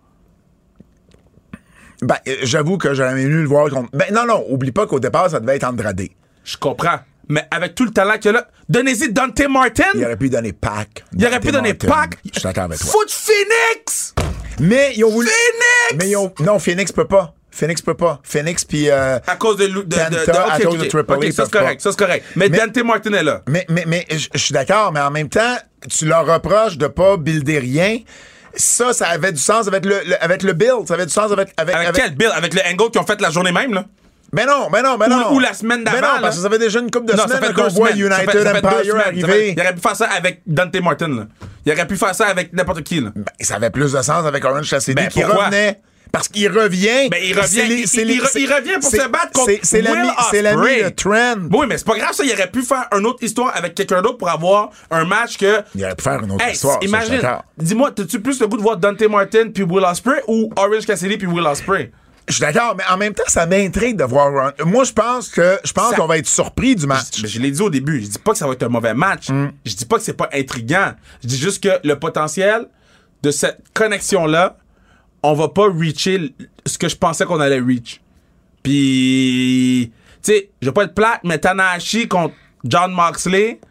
Ben, euh, j'avoue que j'aurais aimé le voir contre... Ben, non, non, oublie pas qu'au départ, ça devait être Andrade. Je comprends. Mais avec tout le talent qu'il y a là, donnez-y Dante Martin. Il aurait pu donner Pac. Il aurait pu donner Pac. Je suis d'accord avec toi. Foot Phoenix! Mais ils ont voulu... Phoenix! Mais ils ont... Non, Phoenix peut pas. Phoenix peut pas. Phoenix puis... Euh... À cause de... de, de, de, Penta, de à okay, cause okay, de Triple okay, H, ça c'est peuvent correct, pas. ça c'est correct. Mais, Mais- Dante Martin est là. Mais, mais, mais je je suis d'accord, mais en même temps, tu leur reproches de pas builder rien. Ça, ça avait du sens avec le, le- avec le build. Ça avait du sens avec... Avec, Avec, avec- quel Bill? Avec le angle qu'ils ont fait la journée même, là? Mais non, mais non, mais Ou- non. ou la semaine d'avant, Mais non, là. parce que ça fait déjà une couple de Non, ça semaines fait qu'on deux voit semaines. Ça United fait- ça fait deux Empire semaines. Ça fait- arriver. Il aurait pu faire ça avec Dante Martin, là. Il aurait pu faire ça avec n'importe qui, là. Ben, ça avait plus de sens avec Orange Cassidy Ben, qui pourquoi? revenait. Parce qu'il revient. Ben, il revient, C'est les- il- c'est il- les- il- c'est- il revient pour c'est- se battre contre c'est- C'est l'ami Will c'est l'ami Ospreay. de Trent. Oui, mais c'est pas grave, ça. Il aurait pu faire une autre histoire avec quelqu'un d'autre pour avoir un match que... Il aurait pu faire une autre Hey, histoire. ça, je suis imagine, d'accord. dis-moi, t'as-tu plus le goût de voir Dante Martin puis Will Ospreay ou Orange Cassidy puis Will Ospreay? Je suis d'accord, mais en même temps, ça m'intrigue de voir. Ron- Moi, je pense que je pense Ça- qu'on va être surpris du match. Je, je l'ai dit au début, je dis pas que ça va être un mauvais match. Mm. Je dis pas que c'est pas intriguant. Je dis juste que le potentiel de cette connexion-là, on va pas reacher l- ce que je pensais qu'on allait reach. Puis, tu sais, je vais pas être plate, mais Tanahashi contre John Moxley,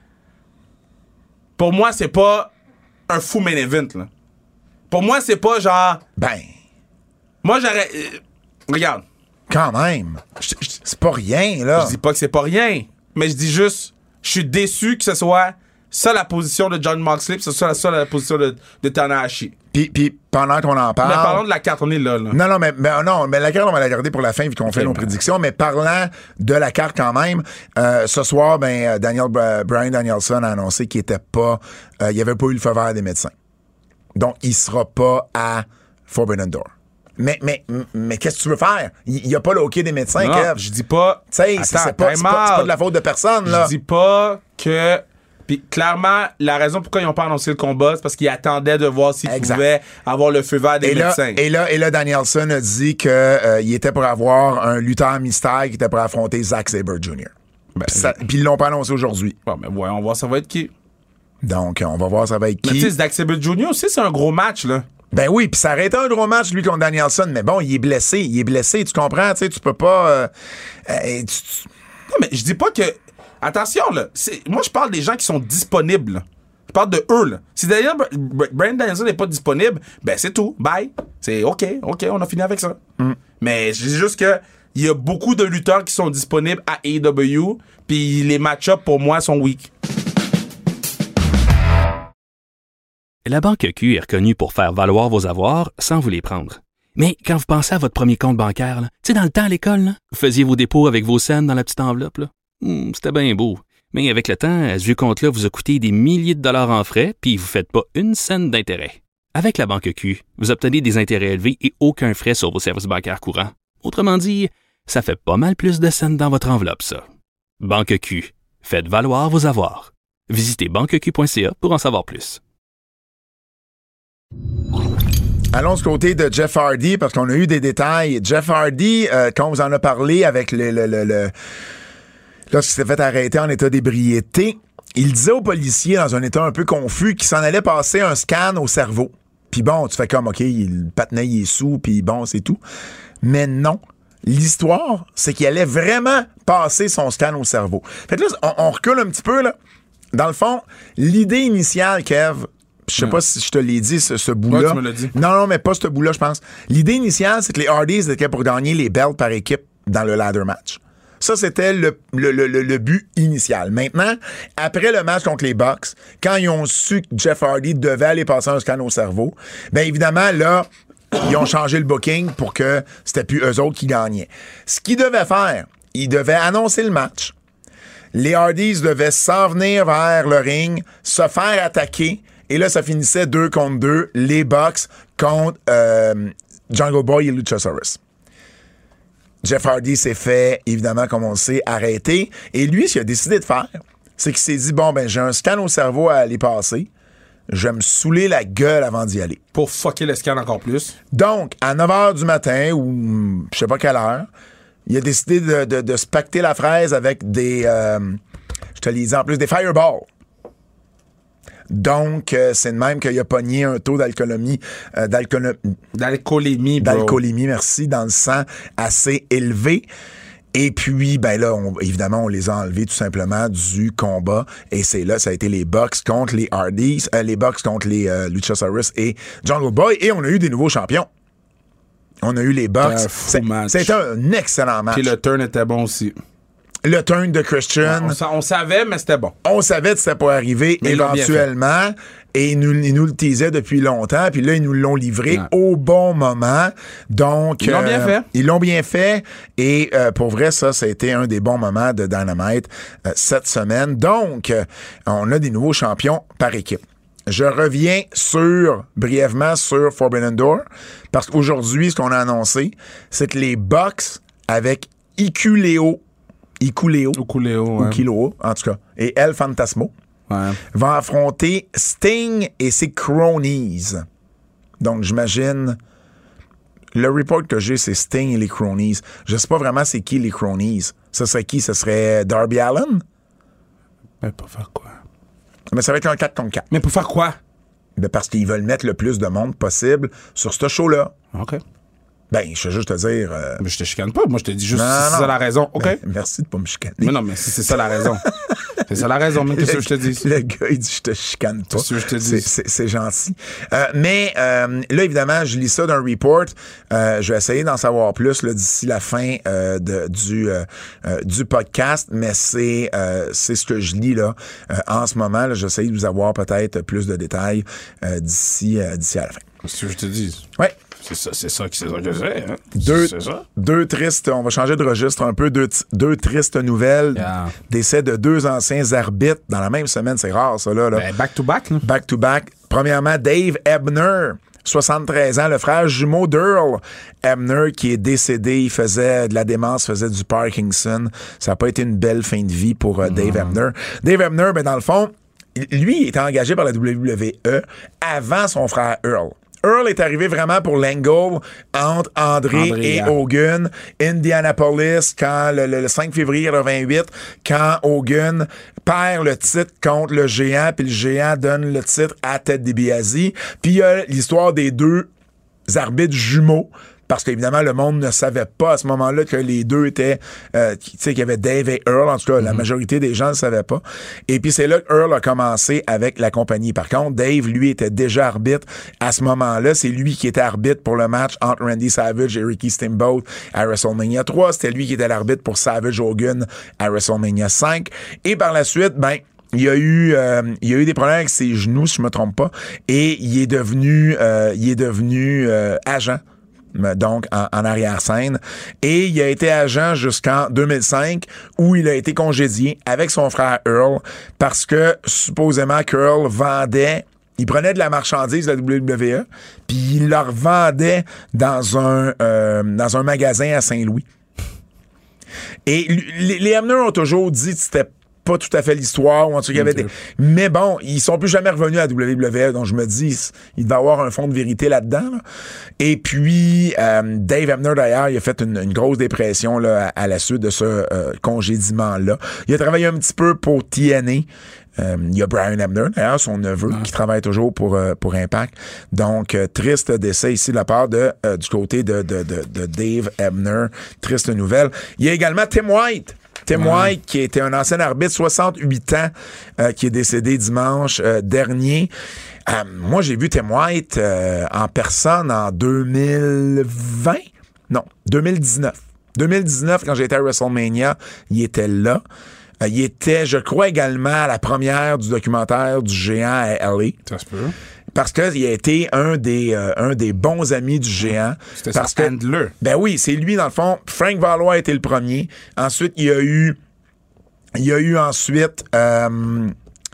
pour moi, c'est pas un fou main event, là. Pour moi, c'est pas genre... Ben, Moi, j'aurais... euh, regarde. quand même. Je, je- C'est pas rien, là. Je dis pas que c'est pas rien, mais je dis juste, je suis déçu que ce soit ça la position de John Moxley, puis ce soit ça la position de, de Tanahashi. Puis, puis pendant qu'on en parle. Mais parlons de la carte, on est là, là. Non, non, mais, mais non, mais la carte, on va la garder pour la fin vu qu'on fait nos ben. prédictions. Mais parlant de la carte quand même, euh, ce soir, ben, euh, Daniel, Bra- Bryan Danielson a annoncé qu'il était pas, euh, il avait pas eu le feu vert des médecins. Donc, il sera pas à Forbidden Door. Mais, mais, mais qu'est-ce que tu veux faire? Il n'y a pas le hockey des médecins, Non, Kev. je dis pas... Tu sais, c'est Attends, c'est pas, c'est time pas, c'est pas out. de la faute de personne, là. Je dis pas que... Puis clairement, la raison pourquoi ils n'ont pas annoncé le combat, c'est parce qu'ils attendaient de voir s'ils Exact. pouvaient avoir le feu vert des Et là, médecins. et là, et là, Danielson a dit qu'il euh, était pour avoir un lutteur mystère qui était pour affronter Zack Sabre junior Ben, Puis ça- puis ils l'ont pas annoncé aujourd'hui. Bon, mais voyons voir ça va être qui. Donc, on va voir ça va être Mais tu qui. sais, Zack Sabre junior aussi, c'est un gros match, là. Ben oui, puis ça aurait été un gros match, lui, contre Danielson. Mais bon, il est blessé. Il est blessé, tu comprends? Tu sais, tu peux pas... euh, euh, tu- tu- Non, mais je dis pas que... Attention, là. c'est- Moi, je parle des gens qui sont disponibles. là. Je parle de eux, là. Si Daniel, Br- Bryan Danielson n'est pas disponible, ben c'est tout. Bye. C'est OK. OK, on a fini avec ça. Mais je dis juste que il y a beaucoup de lutteurs qui sont disponibles à A E W, puis les match-ups, pour moi, sont weak. La Banque Q est reconnue pour faire valoir vos avoirs sans vous les prendre. Mais quand vous pensez à votre premier compte bancaire, là, tu sais, dans le temps à l'école, là, vous faisiez vos dépôts avec vos scènes dans la petite enveloppe. Là. Hum, c'était bien beau. Mais avec le temps, ce vieux compte-là vous a coûté des milliers de dollars en frais, puis vous ne faites pas une scène d'intérêt. Avec la Banque Q, vous obtenez des intérêts élevés et aucun frais sur vos services bancaires courants. Autrement dit, ça fait pas mal plus de scènes dans votre enveloppe, ça. Banque Q. Faites valoir vos avoirs. Visitez banque q point c a pour en savoir plus. Allons du côté de Jeff Hardy, parce qu'on a eu des détails. Jeff Hardy, euh, quand on vous en a parlé avec le... le, le, le lorsqu'il s'est fait arrêter en état d'ébriété, il disait aux policiers, dans un état un peu confus, qu'il s'en allait passer un scan au cerveau. Puis bon, tu fais comme, OK, le patinet, il est sous, puis bon, c'est tout. Mais non. L'histoire, c'est qu'il allait vraiment passer son scan au cerveau. Fait que là, on, on recule un petit peu, là. Dans le fond, l'idée initiale, Kev, Je sais Ouais. pas si je te l'ai dit, ce, ce bout-là. Ouais, tu me l'as dit. Non, non, mais pas ce bout-là, je pense. L'idée initiale, c'est que les Hardys étaient pour gagner les belts par équipe dans le ladder match. Ça, c'était le, le, le, le but initial. Maintenant, après le match contre les Bucks, quand ils ont su que Jeff Hardy devait aller passer un scan au cerveau, bien évidemment, là, ils ont changé le booking pour que c'était plus eux autres qui gagnaient. Ce qu'ils devaient faire, ils devaient annoncer le match. Les Hardys devaient s'en venir vers le ring, se faire attaquer, et là, ça finissait deux contre deux, les Bucks contre euh, Jungle Boy et Luchasaurus. Jeff Hardy s'est fait, évidemment, comme on le sait, arrêter. Et lui, ce qu'il a décidé de faire, c'est qu'il s'est dit, bon, ben j'ai un scan au cerveau à aller passer. Je vais me saouler la gueule avant d'y aller. Pour fucker le scan encore plus. Donc, à neuf heures du matin, ou je sais pas quelle heure, il a décidé de, de, de se pacter la fraise avec des... Euh, je te l'ai dit en plus, des fireballs. Donc, euh, c'est de même qu'il a pogné un taux d'alcoolémie, euh, d'alcoolo- D'alcoolémie, bro. d'alcoolémie, merci, dans le sang assez élevé. Et puis, ben là, on, évidemment, on les a enlevés tout simplement du combat. Et c'est là, ça a été les Bucks contre les Hardys, euh, les Bucks contre les euh, Luchasaurus et Jungle Boy. Et on a eu des nouveaux champions. On a eu les Bucks. C'était un fou C'est- match. C'était un excellent match. Puis le turn était bon aussi. Le turn de Christian. On, sa- on savait, mais c'était bon. On savait que c'était pas arrivé Mais ils l'ont bien éventuellement. Et ils nous, ils nous le teasaient depuis longtemps. Puis là, ils nous l'ont livré Ouais. au bon moment. Donc, Ils l'ont bien fait. Ils l'ont bien fait. Et euh, pour vrai, ça, ça a été un des bons moments de Dynamite euh, cette semaine. Donc, euh, on a des nouveaux champions par équipe. Je reviens sur, brièvement, sur Forbidden Door. Parce qu'aujourd'hui, ce qu'on a annoncé, c'est que les Bucks avec Ikuleo, Ikuleo, Ukuleo, ou ouais. Kilo, en tout cas, et El Fantasmo, Ouais. vont affronter Sting et ses cronies. Donc, j'imagine... Le report que j'ai, c'est Sting et les cronies. Je sais pas vraiment c'est qui les cronies. Ce serait qui? Ce serait Darby Allin? Mais pour faire quoi? Mais ça va être un quatre contre quatre. Mais pour faire quoi? Ben parce qu'ils veulent mettre le plus de monde possible sur ce show-là. OK. Ben, je veux juste te dire... euh, Mais je te chicane pas. Moi, je te dis juste non, si c'est non. ça la raison. OK? ben, merci de pas me chicaner. Mais non, mais si c'est ça la raison. C'est ça la raison, mais qu'est-ce que je te dis? Le gars, il dit, je te chicane pas. Qu'est-ce que je te dis? C'est, c'est, c'est gentil. Euh, mais euh, là, évidemment, je lis ça d'un report. Euh, je vais essayer d'en savoir plus là, d'ici la fin euh, de, du, euh, euh, du podcast, mais c'est, euh, c'est ce que je lis là euh, en ce moment. Là, j'essaie de vous avoir peut-être plus de détails euh, d'ici, euh, d'ici à la fin. Qu'est-ce que je te dis? Ouais. C'est ça, c'est ça, c'est ça que c'est. Hein? Deux, C'est ça. deux tristes, on va changer de registre un peu, deux, deux tristes nouvelles. Yeah. Décès de deux anciens arbitres dans la même semaine, c'est rare ça là. là. Ben, back to back, là. Back to back. Premièrement, Dave Ebner, soixante-treize ans, le frère jumeau d'Earl Ebner qui est décédé. Il faisait de la démence, faisait du Parkinson. Ça n'a pas été une belle fin de vie pour euh, Dave Ebner. Dave Ebner, ben, dans le fond, lui, il était engagé par la W W E avant son frère Earl. Earl est arrivé vraiment pour l'angle entre André, André, et yeah. Hogan. Indianapolis, quand le, le- le cinq février quatre-vingt-huit, quand Hogan perd le titre contre le géant, puis le géant donne le titre à Ted DiBiase. Puis il y a l'histoire des deux arbitres jumeaux. Parce qu'évidemment, le monde ne savait pas à ce moment-là que les deux étaient... Euh, tu sais, qu'il y avait Dave et Earl. En tout cas, mm-hmm. la majorité des gens ne le savaient pas. Et puis, c'est là que Earl a commencé avec la compagnie. Par contre, Dave, lui, était déjà arbitre à ce moment-là. C'est lui qui était arbitre pour le match entre Randy Savage et Ricky Steamboat à WrestleMania trois. C'était lui qui était l'arbitre pour Savage Hogan à WrestleMania cinq. Et par la suite, ben... Il y a eu, euh, il y a eu des problèmes avec ses genoux, si je me trompe pas, et il est devenu, euh, il est devenu euh, agent. Donc, en, en arrière-scène. Et il a été agent jusqu'en deux mille cinq, où il a été congédié avec son frère Earl, parce que, supposément, qu'Earl vendait... Il prenait de la marchandise de la W W E, puis il la revendait dans un, euh, dans un magasin à Saint-Louis. Et les, les Hebner ont toujours dit que c'était pas tout à fait l'histoire, ou en tout cas, il y avait okay. des... Mais bon, ils sont plus jamais revenus à la W W E, donc je me dis, il doit y avoir un fond de vérité là-dedans. Là. Et puis, euh, Dave Hebner, d'ailleurs, il a fait une, une grosse dépression là, à, à la suite de ce euh, congédiement-là. Il a travaillé un petit peu pour T N A. Euh, il y a Brian Hebner, d'ailleurs, son neveu, ah. qui travaille toujours pour, euh, pour Impact. Donc, euh, triste décès ici de la part de, euh, du côté de, de, de, de Dave Hebner. Triste nouvelle. Il y a également Tim White. Tim ouais. White, qui était un ancien arbitre, soixante-huit ans, euh, qui est décédé dimanche euh, dernier. Euh, moi, j'ai vu Tim White euh, en personne en deux mille vingt. Non, deux mille dix-neuf. deux mille dix-neuf, quand j'étais à WrestleMania, il était là. Euh, il était, je crois, également à la première du documentaire du géant à L A. Ça se peut. Parce qu'il a été un des, euh, un des bons amis du géant. C'était parce son que, handler. Ben oui, c'est lui, dans le fond. Frank Valois a été le premier. Ensuite, il y a eu... Il y a eu ensuite... Euh,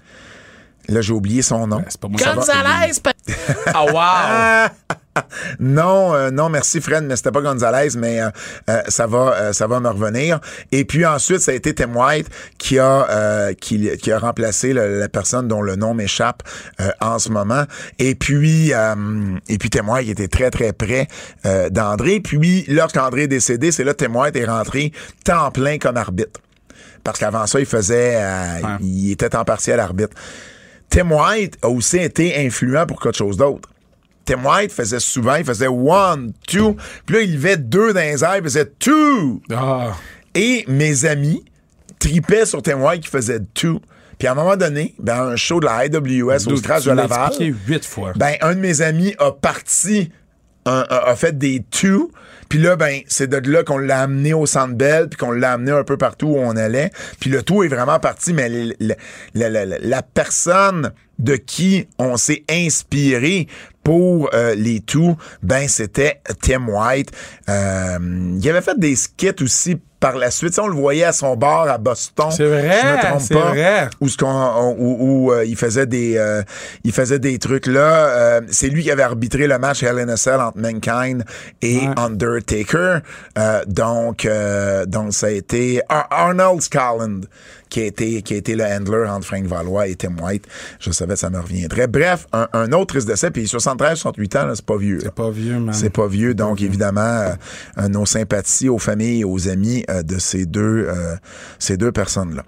là, j'ai oublié son nom. Ben, c'est pas moi, Gonzalez! Ah, wow! non, euh, non, merci Fred, mais c'était pas Gonzalez, mais euh, euh, ça va, euh, ça va me revenir. Et puis ensuite, ça a été Tim White qui a, euh, qui, qui a remplacé le, la personne dont le nom m'échappe euh, en ce moment. Et puis, euh, et puis Tim White était très très près euh, d'André. Puis lorsqu'André est décédé, c'est là que Tim White est rentré temps plein comme arbitre. Parce qu'avant ça, il faisait, euh, ouais. il était temps partiel arbitre. Tim White a aussi été influent pour quelque chose d'autre. Tim White faisait souvent, il faisait one, two, puis là, il levait deux dans les airs, il faisait two. Ah. Et mes amis tripaient sur Tim White qui faisait two. Puis à un moment donné, ben, un show de la I W S au Scratch de Laval, huit fois. Ben, un de mes amis a parti, un, a, a fait des two. Puis là, ben, c'est de là qu'on l'a amené au Centre Bell, puis qu'on l'a amené un peu partout où on allait. Puis le tout est vraiment parti, mais l- l- l- l- la personne de qui on s'est inspiré pour euh, les two, ben, c'était Tim White. Euh, il avait fait des skits aussi par la suite. Tu sais, on le voyait à son bar à Boston. C'est vrai, je me trompe c'est pas, vrai. Où, ce qu'on, on, où, où euh, il faisait des, euh, il faisait des trucs là. Euh, c'est lui qui avait arbitré le match Hell in a Cell entre Mankind et ouais. Undertaker. Euh, donc, euh, donc ça a été Ar- Arnold Skalland qui a été, qui a été le handler entre Frank Valois et Tim White. Je savais que ça me reviendrait. Bref, un, un autre risque d'essai, puis soixante-treize soixante-huit ans, là, c'est pas vieux. C'est pas vieux, man. C'est pas vieux. Donc, vieux. évidemment, euh, nos sympathies aux familles et aux amis euh, de ces deux, euh, ces deux personnes-là.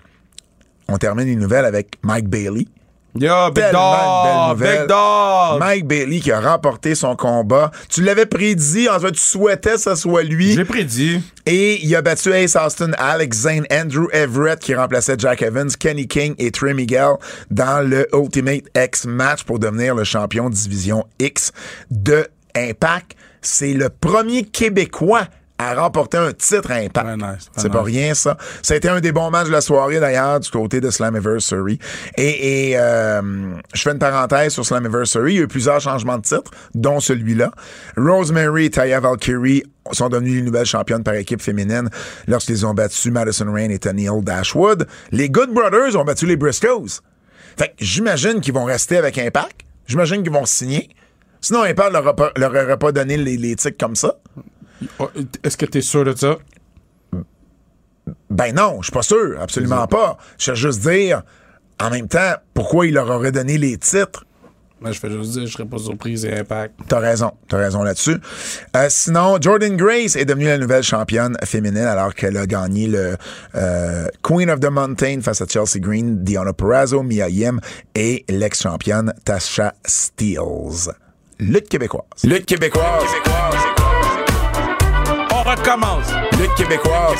On termine les nouvelles avec Mike Bailey. Yo, Big Dog! Big Dog! Mike Bailey qui a remporté son combat. Tu l'avais prédit, en fait, tu souhaitais que ce soit lui. J'ai prédit. Et il a battu Ace Austin, Alex Zane, Andrew Everett qui remplaçait Jack Evans, Kenny King et Trey Miguel dans le Ultimate X match pour devenir le champion Division X de Impact. C'est le premier Québécois à remporter un titre à Impact. Ouais, nice, c'est ouais, pas nice. rien, ça. Ça a été un des bons matchs de la soirée, d'ailleurs, du côté de Slammiversary. Et, et euh, je fais une parenthèse sur Slammiversary. Il y a eu plusieurs changements de titre, dont celui-là. Rosemary et Taya Valkyrie sont devenues les nouvelles championnes par équipe féminine lorsqu'ils ont battu Madison Rayne et Tennille Dashwood. Les Good Brothers ont battu les Briscoes. Fait que j'imagine qu'ils vont rester avec Impact. J'imagine qu'ils vont signer. Sinon, Impact leur, a pas, leur aurait pas donné les, les titres comme ça. Est-ce que t'es sûr de ça? Ben non, je suis pas sûr, absolument pas. Je veux juste dire, en même temps, pourquoi il leur aurait donné les titres? Ben, je fais juste dire, je serais pas surpris, c'est Impact. T'as raison, t'as raison là-dessus. Euh, sinon, Jordan Grace est devenue la nouvelle championne féminine alors qu'elle a gagné le euh, Queen of the Mountain face à Chelsea Green, Deonna Purrazzo, Mia Yim et l'ex-championne Tasha Steelz. Lutte québécoise. Lutte québécoise. On recommence. Lutte québécoise.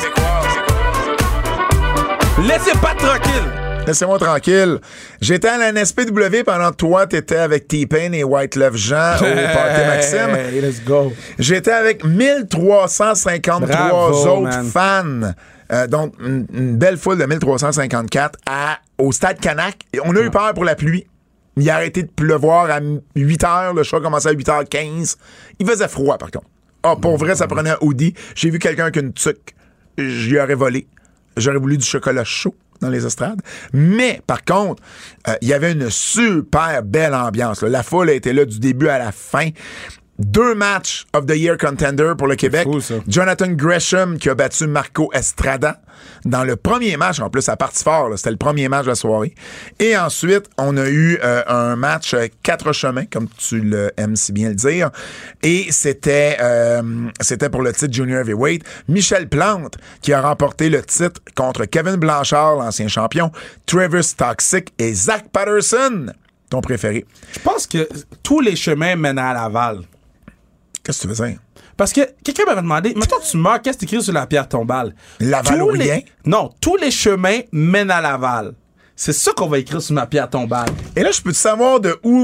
Laissez pas tranquille. Laissez-moi tranquille. J'étais à la N S P W pendant que toi, t'étais avec T-Pain et White Love Jean au Party Maxime. Hey, let's go. J'étais avec mille trois cent cinquante-trois Bravo, autres man. fans. Euh, donc, une, une belle foule de mille trois cent cinquante-quatre à, au Stade Canac. Et on a eu peur pour la pluie. Il a arrêté de pleuvoir à huit heures. Le show commençait à huit heures quinze. Il faisait froid, par contre. Ah, oh, pour vrai, ça prenait un hoodie. J'ai vu quelqu'un avec une tuque. Je lui aurais volé. J'aurais voulu du chocolat chaud dans les estrades. Mais, par contre, il euh, y avait une super belle ambiance. Là. La foule a été là du début à la fin. Deux matchs of the year contender pour le Québec. Fou, ça. Jonathan Gresham qui a battu Marco Estrada dans le premier match. En plus, ça a parti fort. Là. C'était le premier match de la soirée. Et ensuite, on a eu euh, un match euh, quatre chemins, comme tu le aimes si bien le dire. Et c'était euh, c'était pour le titre Junior Heavyweight. Michel Plante qui a remporté le titre contre Kevin Blanchard, l'ancien champion, Travis Toxic et Zach Patterson, ton préféré. Je pense que tous les chemins mènent à Laval. Qu'est-ce que tu veux dire? Parce que quelqu'un m'avait demandé, mettons que tu meurs, qu'est-ce que tu écris sur la pierre tombale? Laval Tous ou rien? les... Non, tous les chemins mènent à Laval. C'est ça qu'on va écrire sur ma pierre tombale. Et là, je peux te savoir de où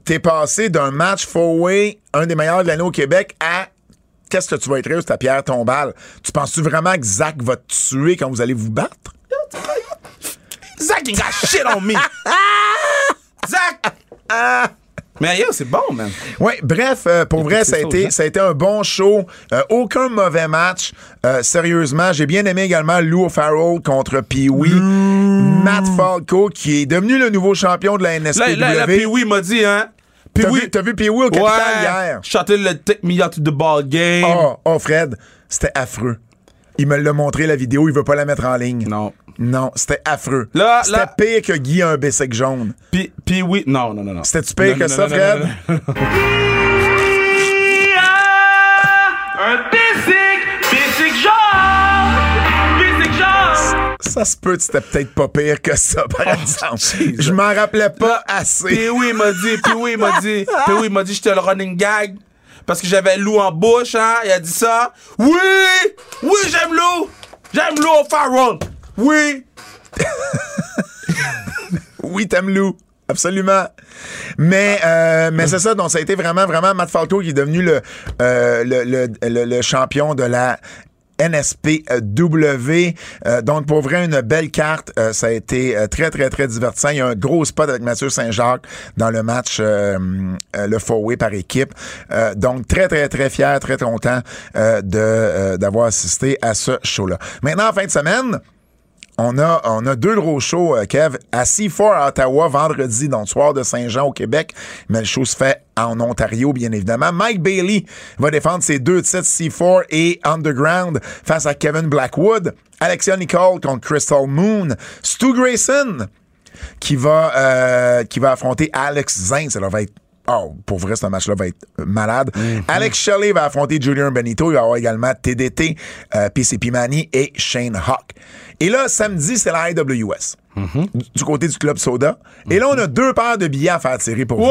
t'es passé d'un match four-way, un des meilleurs de l'année au Québec, à qu'est-ce que tu vas écrire sur ta pierre tombale? Tu penses-tu vraiment que Zach va te tuer quand vous allez vous battre? Zach, il got shit on me! Zach! Mais yo, c'est bon, man. Oui, bref, euh, pour vrai, ça a, été, ça a été un bon show. Euh, aucun mauvais match. Euh, sérieusement, j'ai bien aimé également Lou Farrell contre Pee-Wee. Mmh. Matt Falco, qui est devenu le nouveau champion de la N S P W. Là, là, là Pee-Wee m'a dit, hein? T'as vu, t'as vu Pee-Wee au Capital ouais, hier? Chanter le Take Me Out to the Ball Game. Oh, oh, Fred, c'était affreux. Il me l'a montré, la vidéo, il veut pas la mettre en ligne. Non. Non, c'était affreux. Là, c'était là, pire que Guy a un bicycle jaune. Puis, puis oui, non, non, non, non. C'était-tu pire non, que non, ça, non, Fred? Non, non, non, non. Un bicycle, bicycle jaune, bicycle jaune. Ça se peut que c'était peut-être pas pire que ça, par oh, exemple. Jesus. Je m'en rappelais pas là, assez. Puis oui, il m'a dit, puis oui, il m'a dit, puis oui, il m'a dit, j'étais le running gag. Parce que j'avais Lou en bouche, hein. Il a dit ça. Oui! Oui, j'aime Lou! J'aime Lou Farrell! Oui! Oui, t'aimes Lou. Absolument. Mais, euh, mais c'est ça, donc ça a été vraiment, vraiment Matt Falco qui est devenu le, euh, le, le, le, le champion de la N S P W. Euh, donc, pour vrai, une belle carte. Euh, ça a été euh, très, très, très divertissant. Il y a un gros spot avec Mathieu Saint-Jacques dans le match, euh, euh, le four-way par équipe. Euh, donc, très, très, très fier, très content euh, de euh, d'avoir assisté à ce show-là. Maintenant, en fin de semaine, On a, on a deux gros shows, euh, Kev, à C quatre à Ottawa, vendredi, donc soir de Saint-Jean au Québec, mais le show se fait en Ontario, bien évidemment. Mike Bailey va défendre ses deux titres C quatre et Underground face à Kevin Blackwood. Alexia Nicole contre Crystal Moon. Stu Grayson qui va, euh, qui va affronter Alex Zane. Ça va être Oh, pour vrai, ce match-là va être malade. Mm-hmm. Alex Shelley va affronter Julian Benito. Il va y avoir également T D T, euh, P C P Manny et Shane Hawk. Et là, samedi, c'est la I W S. Mm-hmm. Du, du côté du Club Soda. Mm-hmm. Et là, on a deux paires de billets à faire tirer pour vous.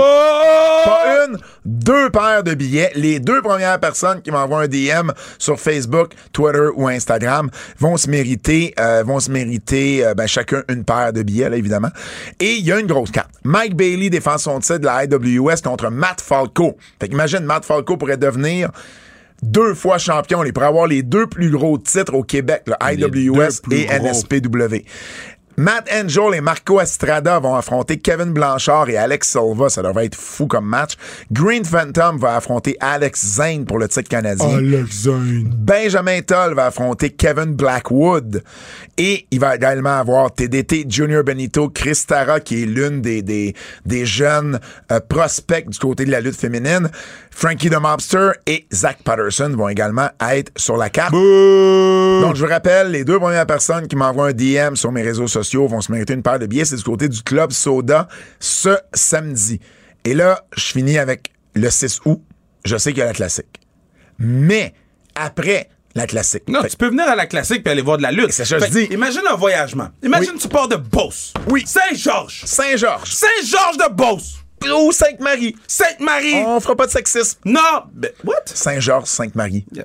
Pas une, deux paires de billets. Les deux premières personnes qui m'envoient un D M sur Facebook, Twitter ou Instagram vont se mériter, euh, vont se mériter euh, ben, chacun une paire de billets, là, évidemment. Et il y a une grosse carte. Mike Bailey défend son titre de la I W S contre Matt Falco. Fait qu'imagine, Matt Falco pourrait devenir deux fois champion. Il pourrait avoir les deux plus gros titres au Québec, le I W S et gros. N S P W. Matt Angel et Marco Estrada vont affronter Kevin Blanchard et Alex Silva. Ça devrait être fou comme match. Green Phantom va affronter Alex Zane pour le titre canadien. Alex Zane. Benjamin Toll va affronter Kevin Blackwood. Et il va également avoir T D T Junior Benito, Chris Tara, qui est l'une des, des, des jeunes euh, prospects du côté de la lutte féminine. Frankie the Mobster et Zach Patterson vont également être sur la carte. Bouh! Donc, je vous rappelle, les deux premières personnes qui m'envoient un D M sur mes réseaux sociaux vont se mériter une paire de billets. C'est du côté du Club Soda ce samedi. Et là, je finis avec le six août. Je sais qu'il y a la classique. Mais, après la classique. Non, fait, tu peux venir à la classique puis aller voir de la lutte. C'est ça que je dis. Imagine un voyagement. Imagine oui. tu pars de Beauce. Oui. Saint-Georges. Saint-Georges. Saint-Georges de Beauce. Ou Sainte-Marie. Sainte-Marie. On fera pas de sexisme. Non. Ben, what? Saint-Georges, Sainte-Marie. Yeah.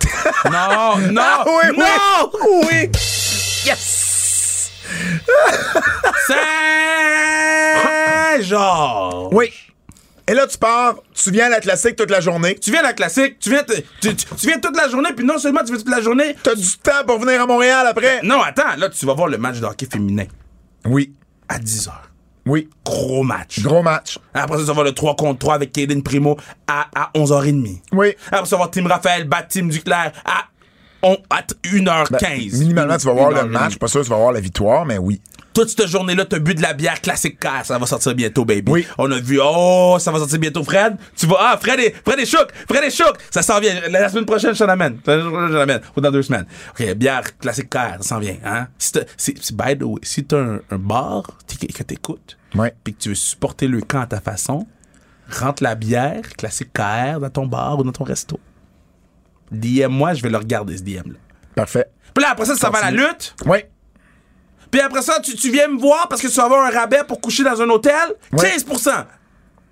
non, non, ah, oui, non. Oui. oui. Yes. Saint-Georges. Oui. Et là, tu pars, tu viens à la classique toute la journée. Tu viens à la classique, tu viens, t- tu, tu, tu viens toute la journée, puis non seulement tu viens toute la journée. T'as du temps pour venir à Montréal après. Non, attends, là, tu vas voir le match de hockey féminin. Oui. À dix heures. Oui. Gros match. Gros match. Après ça, tu vas voir le trois contre trois avec Kaden Primo à, à onze heures trente. Oui. Après ça, tu vas voir Tim Raphaël battre Tim Duclair à, on, à une heure quinze. Ben, minimalement, tu vas voir le match. Pas sûr que tu vas voir la victoire, mais oui. Toute cette journée-là, t'as bu de la bière classique car ça va sortir bientôt, baby. Oui. On a vu, oh, ça va sortir bientôt, Fred. Tu vas, ah, Fred est, Fred est chouk, Fred est chouk. Ça s'en vient. La, la semaine prochaine, je t'en amène. La semaine prochaine, je t'en amène. Ou dans deux semaines. OK, bière classique car, ça s'en vient, hein. Si t'as, si, si, by the way, si t'as un, un bar que t'écoutes, ouais. pis que tu veux supporter le camp à ta façon, rentre la bière classique car dans ton bar ou dans ton resto. D M-moi, je vais le regarder, ce D M-là. Parfait. Puis là, après ça, ça va à la lutte. Oui. Puis après ça, tu, tu viens me voir parce que tu vas avoir un rabais pour coucher dans un hôtel. Ouais. quinze pour cent.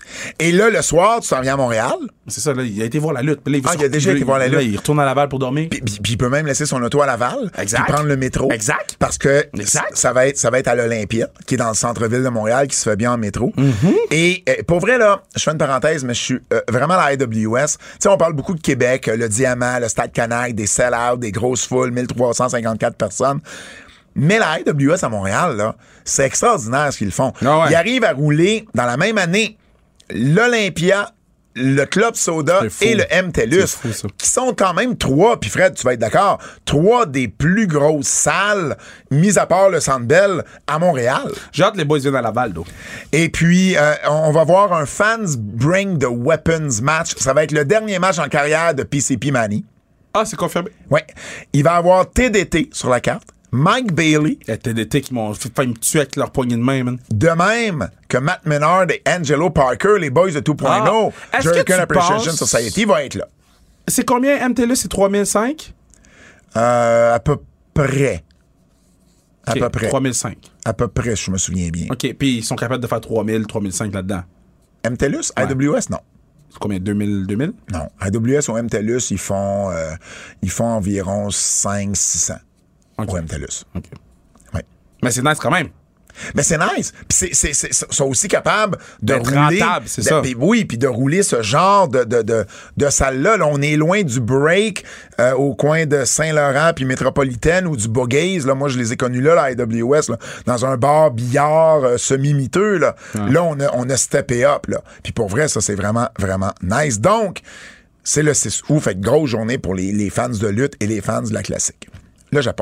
Et là, le soir, tu t'en viens à Montréal. C'est ça, là, il a été voir la lutte. Là, il Ah, il a déjà été voir la là, lutte. il retourne à Laval pour dormir. Puis, puis- puis il peut même laisser son auto à Laval. Exact. Puis prendre le métro. Exact. Parce que Exact. ça va être, ça va être à l'Olympia, qui est dans le centre-ville de Montréal, qui se fait bien en métro. Mm-hmm. Et euh, pour vrai, là, je fais une parenthèse, mais je suis euh, vraiment à la I W S. Tu sais, on parle beaucoup de Québec, euh, le Diamant, le Stade Canac, des sell-outs, des grosses foules, mille trois cent cinquante-quatre personnes. Mais la I W S à Montréal, là, c'est extraordinaire ce qu'ils font. Ah ouais. Ils arrivent à rouler dans la même année l'Olympia, le Club Soda C'est fou. et le M T L U S, C'est fou, ça. qui sont quand même trois, puis Fred, tu vas être d'accord, trois des plus grosses salles, mis à part le Centre Bell, à Montréal. J'ai hâte que les boys viennent à Laval, donc. Et puis, euh, on va voir un Fans Bring the Weapons match. Ça va être le dernier match en carrière de P C P Manny. Ah, c'est confirmé. Ouais. Il va y avoir T D T sur la carte, Mike Bailey, Il y a T D T qui m'ont fait failli me tuer avec leur poignée de main, man. de même que Matt Menard et Angelo Parker, les boys de deux point oh, Ah. Est-ce que Jerrican tu Appreciation penses- Society va être là. C'est combien M T L U S? C'est trois mille cinq? Euh, à peu près. À Ok, peu près. trois mille cinq. À peu près, je me souviens bien. OK, puis ils sont capables de faire trois mille, trois mille cinq là-dedans. M T L U S, Ouais. I W S, non. C'est combien? deux mille, deux mille? Non. I W S ou M T L U S, ils font, euh, ils font environ cinq six cents Ok. au M T L U S. OK. Ouais. Mais c'est nice quand même. Mais c'est nice. Puis c'est, c'est, c'est, ils sont aussi capables de D'être rouler. rentable, c'est de- ça. puis oui, puis de rouler ce genre de, de, de, de salle-là. Là, on est loin du break euh, au coin de Saint-Laurent puis Métropolitaine ou du Bogaze. Là, moi, je les ai connus là, la I W S, là, dans un bar billard euh, semi-miteux. Là, là on, a, on a steppé up. Là. Puis pour vrai, ça, c'est vraiment, vraiment nice. Donc, c'est le six août. Fait que grosse journée pour les, les fans de lutte et les fans de la classique. Le Japon.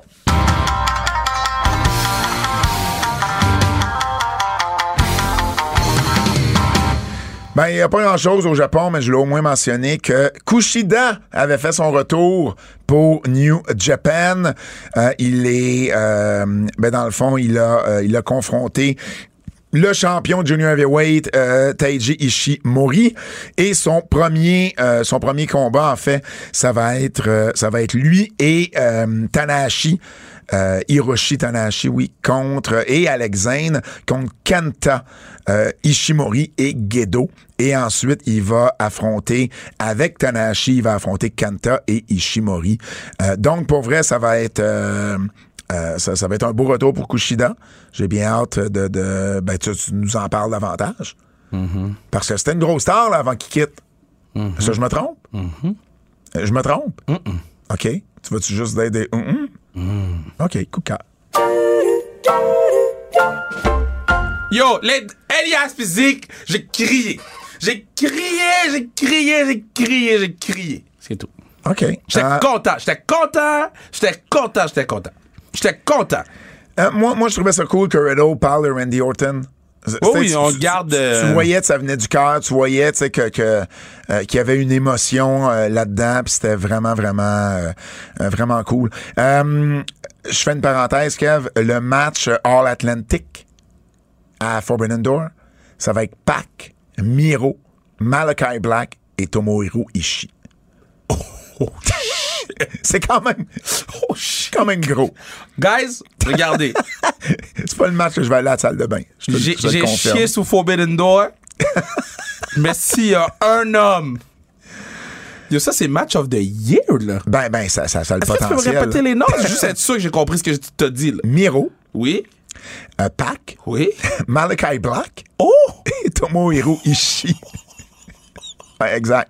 Ben, il n'y a pas grand-chose au Japon, mais je l'ai au moins mentionné que Kushida avait fait son retour pour New Japan. Euh, il est, euh, ben dans le fond, il a, euh, il a confronté le champion junior heavyweight euh, Taiji Ishimori, et son premier euh, son premier combat, en fait, ça va être euh, ça va être lui et euh, Tanahashi. Euh, Hiroshi Tanahashi, oui, contre, et Alex Zane, contre Kenta, euh, Ishimori et Gedo. Et ensuite, il va affronter, avec Tanahashi, il va affronter Kenta et Ishimori. Euh, donc, pour vrai, ça va être... Euh, euh, ça, ça va être un beau retour pour Kushida. J'ai bien hâte de... de ben, tu, tu nous en parles davantage. Mm-hmm. Parce que c'était une grosse star, là, avant qu'il quitte. Mm-hmm. Ça, je me trompe? Mm-hmm. Je me trompe? Mm-mm. OK. Tu vas-tu juste dire des... Mm-mm? Mm. OK, coup de cœur. Yo, les Elias Physique, j'ai crié. J'ai crié, j'ai crié, j'ai crié, j'ai crié. C'est tout. OK. J'étais Euh, content, j'étais content, j'étais content, j'étais content. J'étais content. euh, moi, moi, je trouvais ça cool que Riddle parle de Randy Orton. Oh oui, Tu- on tu- garde, Tu, euh, tu voyais que ça venait du cœur, tu voyais, tu sais, que, que euh, qu'il y avait une émotion euh, là-dedans, puis c'était vraiment, vraiment, euh, euh, vraiment cool. Euh, je fais une parenthèse, Kev. Le match All Atlantic à Forbidden Door, ça va être Pac, Miro, Malachi Black et Tomohiro Ishii. Oh, C'est quand même, oh shit. quand même gros. Guys, regardez. C'est pas le match que je vais aller à la salle de bain. Je te, J'ai je te le j'ai confirme. chié sous Forbidden Door. Mais s'il y a un homme. Yo, ça, c'est match of the year, là. Ben, ben, ça, ça, ça a le Est-ce que tu peux me potentiel. répéter les noms? Juste être sûr que j'ai compris ce que je t'ai dit, là. Miro, Oui? euh, Pac, Oui? Malachi Black Oh! et Tomohiro Ishii. Ouais, exact.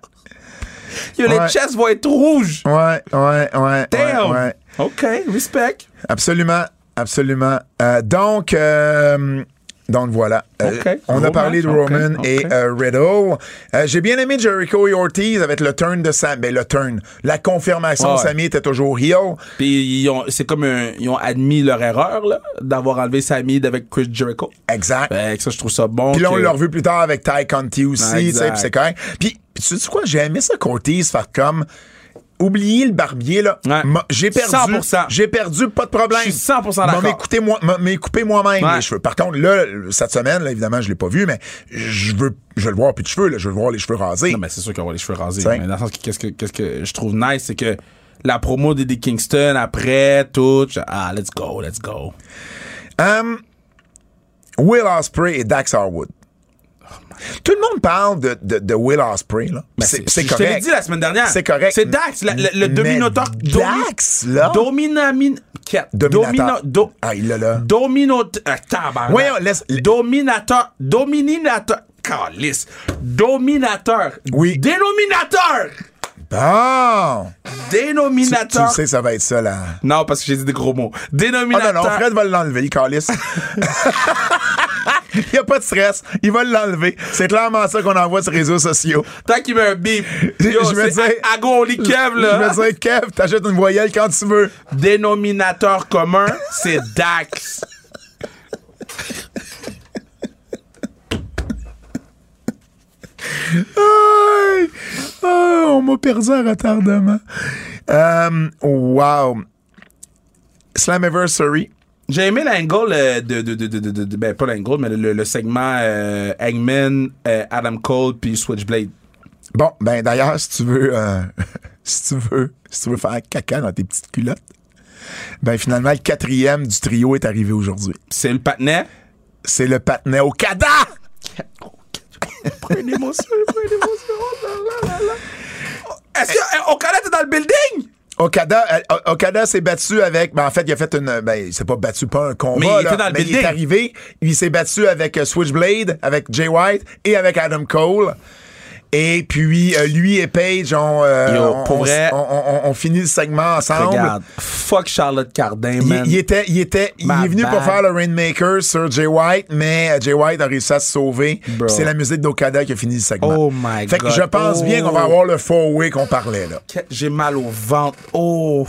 Yo, Ouais. les chests vont être rouges. Ouais, ouais, ouais. Damn! Ouais, ouais. OK, respect. Absolument, absolument. Euh, donc, euh, donc voilà. Euh, OK. on a Gros parlé de match, OK, Roman OK. et euh, Riddle. Euh, j'ai bien aimé Jericho et Ortiz avec le turn de Sam. Ben, le turn. La confirmation, Ouais. Sammy était toujours heel. Puis ils ont, c'est comme un, ils ont admis leur erreur, là, d'avoir enlevé Sami avec Chris Jericho. Exact. Fait que ça, je trouve ça bon. Puis là, on que- l'a revu plus tard avec Ty Conti aussi, tu sais, Exact. puis c'est correct. Puis, puis tu sais quoi, j'ai aimé ça qu'Ortiz faire comme... Oubliez le barbier, là. Ouais. M'a- J'ai perdu. cent pour cent. J'ai perdu, pas de problème. Je suis cent pour cent d'accord. M'a m'écouté moi- m'a- m'ai coupé moi-même Ouais. les cheveux. Par contre, là, cette semaine, là, évidemment, je l'ai pas vu, mais je veux, je veux le voir plus de cheveux, là. Je veux voir les cheveux rasés. Non, mais c'est sûr qu'on va les cheveux rasés. T'sais. Mais dans le sens que qu'est-ce que, qu'est-ce que je trouve nice, c'est que la promo d'Eddie Kingston après, tout, je- ah, let's go, let's go. Um, Will Ospreay et Dax Harwood. tout le monde parle de, de, de Will Ospreay, là. Ben, c'est, c'est, c'est je correct. te l'ai dit la semaine dernière. C'est correct. C'est Dax, la- le, le Dominator. Mais Dax, là. Dominamin. Dominator. Domino, do, Ah, il l'a là. Domino. Euh, tabarnak. Voyons, laisse- Dominateur. Dominateur. Calice. Dominateur. Oui. Dénominateur. Bon! Tu, tu Dénominateur. le sais, ça va être ça, là. Non, parce que j'ai dit des gros mots. Ah Dénominateur. non, non, Fred va l'enlever, il calisse. Il n'y a pas de stress. Il va l'enlever. C'est clairement ça qu'on envoie sur les réseaux sociaux. Tant qu'il met un bip. Je Yo, me c'est disais- à- Agoli Kev, Je là. me disais, Kev, t'achètes une voyelle quand tu veux. Dénominateur commun, c'est Dax. Aïe! Ah, on m'a perdu à retardement. Euh, wow. Slammiversary. J'ai aimé l'angle euh, de, de, de, de, de, de- ben pas l'angle, mais le, le segment euh, Hangman, euh, Adam Cole puis Switchblade. Bon, ben d'ailleurs, si tu veux, euh, si tu veux, si tu veux faire caca dans tes petites culottes, ben finalement, le quatrième du trio est arrivé aujourd'hui. C'est le patinet. C'est le patinet Okada! Prenez-moi ça, prenez-moi ça. Oh là là là là. Est-ce que euh, Okada est dans le building? Okada, euh, Okada s'est battu avec. Ben en fait, il a fait une. Ben, il s'est pas battu, pas un combat. Mais il là, était dans le mais il building. est arrivé. Il s'est battu avec euh, Switchblade, avec Jay White et avec Adam Cole. Et puis, euh, lui et Paige ont, euh, Yo, on, pour on- vrai- on, on- on finit le segment ensemble. Regarde, fuck Charlotte Cardin, Il, man. il était, il était, il My est venu bad. pour faire le Rainmaker sur Jay White, mais euh, Jay White a réussi à se sauver. Bro. Puis c'est la musique d'Okada qui a fini le segment. Oh my Fait que God. je pense Oh. bien qu'on va avoir le four-way qu'on parlait là. J'ai mal au ventre. Oh.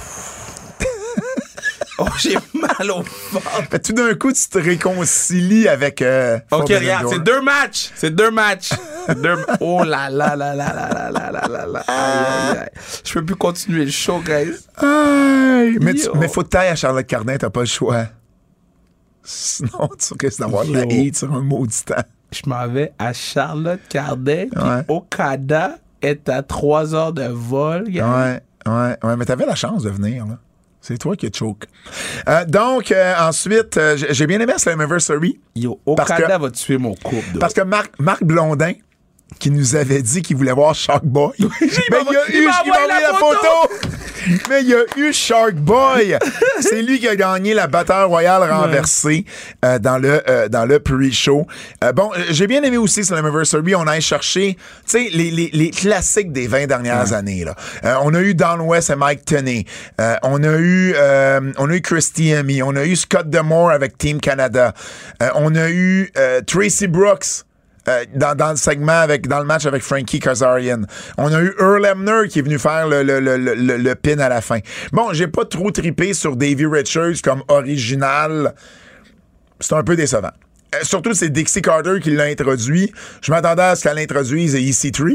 Oh, j'ai mal au ventre. Fait, tout d'un coup, tu te réconcilies avec. Euh, Ok, Forbidden regarde, Door. c'est deux matchs. C'est deux matchs. Deux ma- Oh là là là là là là là là là là. Aïe, aïe, aïe. Je peux plus continuer le show, guys. Aïe, mais, tu, Yo. mais faut te tailler à Charlotte Cardin, t'as pas le choix. Sinon, tu risques d'avoir de la Yo. hate sur un maudit temps. Je m'en vais à Charlotte Cardin, puis Ouais. Okada est à trois heures de vol, gars. Ouais, ouais, ouais, mais t'avais la chance de venir, là. C'est toi qui as choke. Euh, donc, euh, ensuite, euh, j'ai j'ai bien aimé Slammiversary. Yo, Parce Okada que- va tuer mon couple. Parce que Marc, Marc Blondin, qui nous avait dit qu'il voulait voir Shark Boy, ben, m'a- il, a il eu, m'a il envoyé m'a envoyé la la photo. Mais il y a eu Shark Boy. C'est lui qui a gagné la bataille royale renversée euh, dans le euh, dans le pre-show. Euh, bon, euh, j'ai bien aimé aussi Slammiversary. On a cherché, tu sais, les, les, les classiques des vingt dernières années. Là. Euh, on a eu Don West et Mike Tenay. Euh, on a eu euh, on a eu Christy Hemme. On a eu Scott Demore avec Team Canada. Euh, on a eu euh, Tracy Brooks. Euh, dans, dans le segment avec dans le match avec Frankie Kazarian. On a eu Earl Hebner qui est venu faire le, le, le, le, le pin à la fin. Bon, j'ai pas trop trippé sur Davey Richards comme original. C'est un peu décevant. Euh, surtout, c'est Dixie Carter qui l'a introduit. Je m'attendais à ce qu'elle introduise E C trois.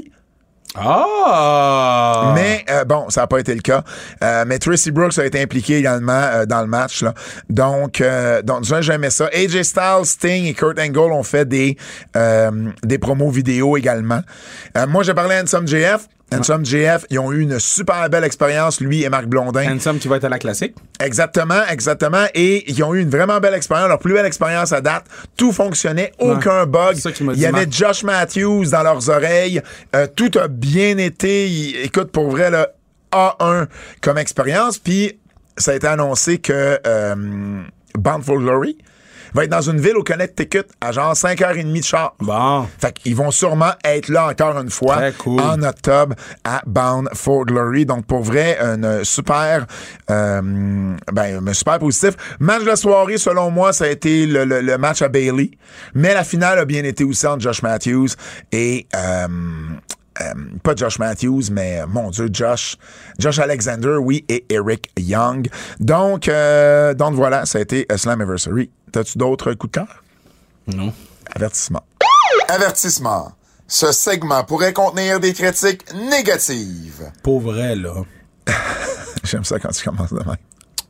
Ah! Mais euh, bon, ça n'a pas été le cas. Euh, mais Tracy Brooks a été impliqué également euh, dans le match. Là. Donc, euh, donc ça, j'aimais ça. A J Styles, Sting et Kurt Angle ont fait des, euh, des promos vidéo également. Euh, moi, j'ai parlé à Handsome J F. Handsome J F, ils ont eu une super belle expérience, lui et Marc Blondin. Handsome qui va être à la classique. Exactement, exactement. Et ils ont eu une vraiment belle expérience, leur plus belle expérience à date. Tout fonctionnait, aucun Ouais. bug. C'est ça qu'il m'a Il dit, y avait Marc. Josh Matthews dans leurs oreilles. Euh, tout a bien été. Il- écoute, pour vrai, là, A un comme expérience. Puis, ça a été annoncé que euh, Bound for Glory va être dans une ville au Connecticut à genre cinq heures trente de char. Bon. Fait qu'ils vont sûrement être là encore une fois Très cool. en octobre à Bound for Glory. Donc, pour vrai, un super, euh, ben, un super positif. Match de la soirée, selon moi, ça a été le, le, le match à Bayley. Mais la finale a bien été aussi entre Josh Matthews et... Euh, Euh, pas Josh Matthews, mais euh, mon Dieu, Josh, Josh Alexander, oui, et Eric Young. Donc, euh, donc voilà, ça a été a Slammiversary. T'as-tu d'autres coups de cœur? Non. Avertissement. Avertissement. Ce segment pourrait contenir des critiques négatives. Pour vrai, là. J'aime ça quand tu commences de même.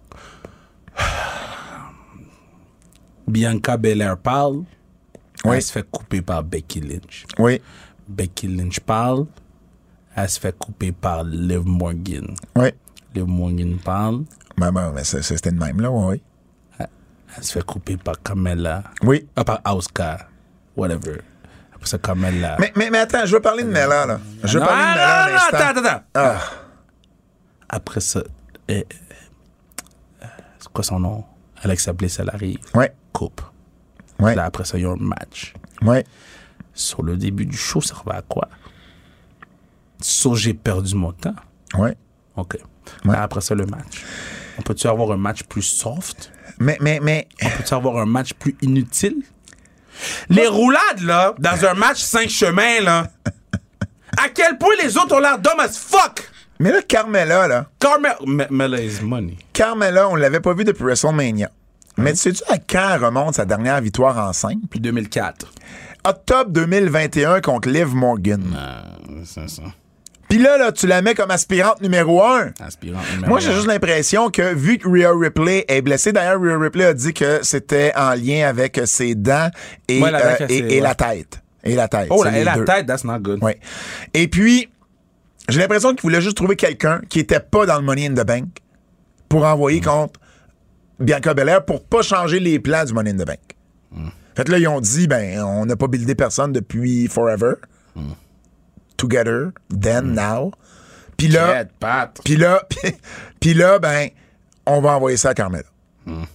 Bianca Belair parle. Oui. Elle se fait couper par Becky Lynch. Oui, Becky Lynch parle. Elle se fait couper par Liv Morgan. oui. Liv Morgan parle. Ben, ben, ben, c'est- c'était de même, là, oui. Elle se fait couper par Carmella. Oui. Ah, par Asuka. Whatever. C'est comme elle là. Mais, mais, mais attends, je veux parler de Mela, là. Je veux non, parler de Mela non, un non, instant. attends, attends, attends. Ah. Après ça, euh, euh, c'est quoi son nom? Alexa Bliss, elle arrive. Ouais. Coupe. Ouais. Là, après ça, il y a un match. Ouais. Sur le début du show, ça servait à quoi? Sur j'ai perdu mon temps. Ouais. OK. Ouais. Là, après ça, le match. On peut-tu avoir un match plus soft? Mais, mais, mais. On peut-tu avoir un match plus inutile? Les roulades, là, dans un match cinq chemins, là, à quel point les autres ont l'air dumb as fuck! Mais là, Carmella, là. Carmella... Mela is money. Carmella, on l'avait pas vu depuis WrestleMania. Mais tu sais-tu à quand remonte sa dernière victoire en simple? Puis deux mille quatre. Octobre deux mille vingt et un contre Liv Morgan. Euh, c'est ça. Puis là, là, tu la mets comme aspirante numéro un. Aspirante numéro Moi, j'ai un. juste l'impression que, vu que Rhea Ripley est blessée, d'ailleurs, Rhea Ripley a dit que c'était en lien avec ses dents et, Ouais, la dent euh, cassée, et, et ouais. la tête. Et la tête. Oh, c'est la, les et la deux. tête, that's not good. Oui. Et puis, j'ai l'impression qu'il voulait juste trouver quelqu'un qui était pas dans le Money in the Bank pour envoyer Mm. contre Bianca Belair pour pas changer les plans du Money in the Bank. Mm. Fait que là, ils ont dit, ben, on n'a pas buildé personne depuis forever. Mm. Together, then, now. Puis là, Red Pat. puis là, puis, puis là, ben, on va envoyer ça à Carmella. Mm.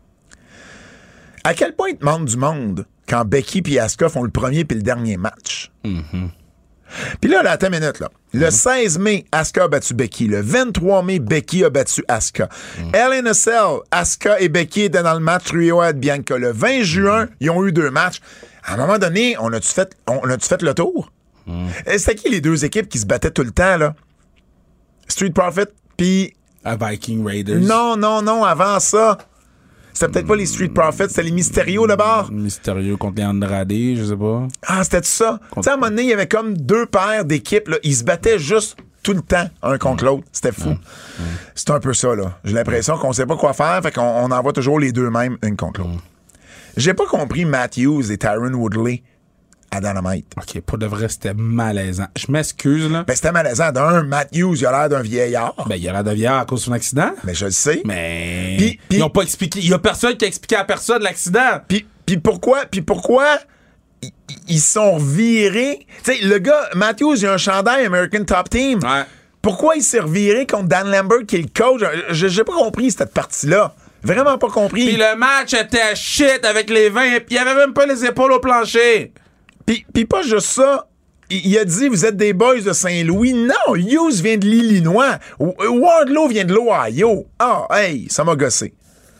À quel point il te manque du monde quand Becky et Asuka font le premier puis le dernier match? Mm-hmm. Puis là, là, attends une minute, là. Le seize mai, Asuka a battu Becky. Le vingt-trois mai, Becky a battu Asuka. Hell in a Cell, Asuka et Becky étaient dans le match Rio et Bianca. Le vingt juin, ils ont eu deux matchs. À un moment donné, on a-tu fait, on a-tu fait le tour? Et C'était qui les deux équipes qui se battaient tout le temps, là? Street Profit, puis... À Viking Raiders. Non, non, non, avant ça. C'était peut-être pas les Street Profits, c'était les Mysterio d'abord. Mystérieux contre les Andrade, je sais pas. Ah, c'était ça. Tu sais, à un moment donné, il y avait comme deux paires d'équipes, là. Ils se battaient juste tout le temps, un contre l'autre. C'était fou. C'est un peu ça, là. J'ai l'impression qu'on sait pas quoi faire, fait qu'on on envoie toujours les deux mêmes, une contre l'autre. J'ai pas compris Matthews et Tyron Woodley à Dynamite. OK, pour de vrai, c'était malaisant. Je m'excuse, là. Ben, c'était malaisant. D'un, Matthews, il a l'air d'un vieillard. Ben, il y a l'air de vieillard à cause de son accident. Mais je le sais. Mais. Puis- puis- Ils ont pas expliqué. Il y a personne qui a expliqué à personne l'accident. Puis, puis pourquoi, puis pourquoi ils, ils sont revirés? Tu sais, le gars, Matthews, il a un chandail American Top Team. Ouais. Pourquoi il s'est reviré contre Dan Lambert, qui est le coach? Je- J'ai pas compris cette partie-là. Vraiment pas compris. Puis le match était shit avec les vingt. Puis il y avait même pas les épaules au plancher. Puis, puis pas juste ça. Il, il a dit, vous êtes des boys de Saint-Louis. Non, Hughes vient de l'Illinois. W- Wardlow vient de l'Ohio. Ah, hey, ça m'a gossé.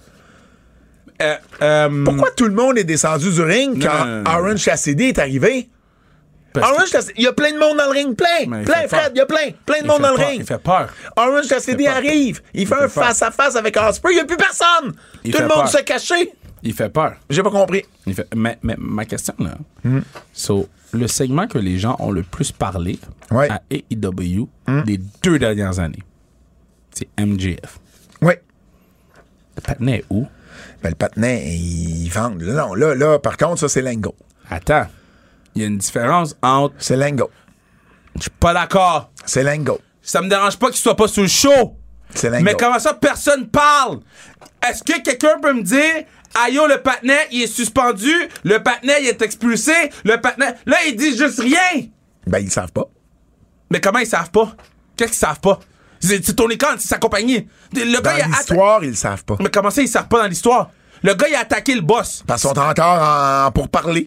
Euh, euh, Pourquoi tout le monde est descendu du ring Non, quand non, non, non. Orange Cassidy est arrivé? parce que- Orange Cassidy, il y a plein de monde dans le ring, plein. Mais il Plein, fait peur. Fred, il y a plein. Plein de il monde fait dans le peur, ring. Il fait peur. Orange Cassidy Il fait peur. arrive. Il fait Il un fait peur. face-à-face avec Osprey. Il n'y a plus personne. Il Tout le fait monde peur. s'est caché. Il fait peur. J'ai pas compris. Il fait- mais, mais ma question, là. Hmm. So, le segment que les gens ont le plus parlé Ouais. à A E W Hmm. les deux dernières années, c'est M J F. Oui. Le patinet est où? Ben, le patinet, ils vendent. Là, non, là, là, par contre, ça, c'est Lingo. Attends. Il y a une différence entre. C'est Lingo. Je suis pas d'accord. C'est Lingo. Ça me dérange pas qu'il soit pas sur le show. C'est Lingo. Mais comment ça, personne parle? Est-ce que quelqu'un peut me dire, aïe, yo, le patinet, il est suspendu, le patinet, il est expulsé, le patinet. Là, ils disent juste rien. Ben, ils savent pas. Mais comment ils savent pas? Qu'est-ce qu'ils savent pas? C'est c'est Tony Khan, c'est sa compagnie. Le Dans gars, il a atta- l'histoire, ils le savent pas. Mais comment ça, ils savent pas dans l'histoire? Le gars, il a attaqué le boss. Parce qu'ils sont encore en pour parler.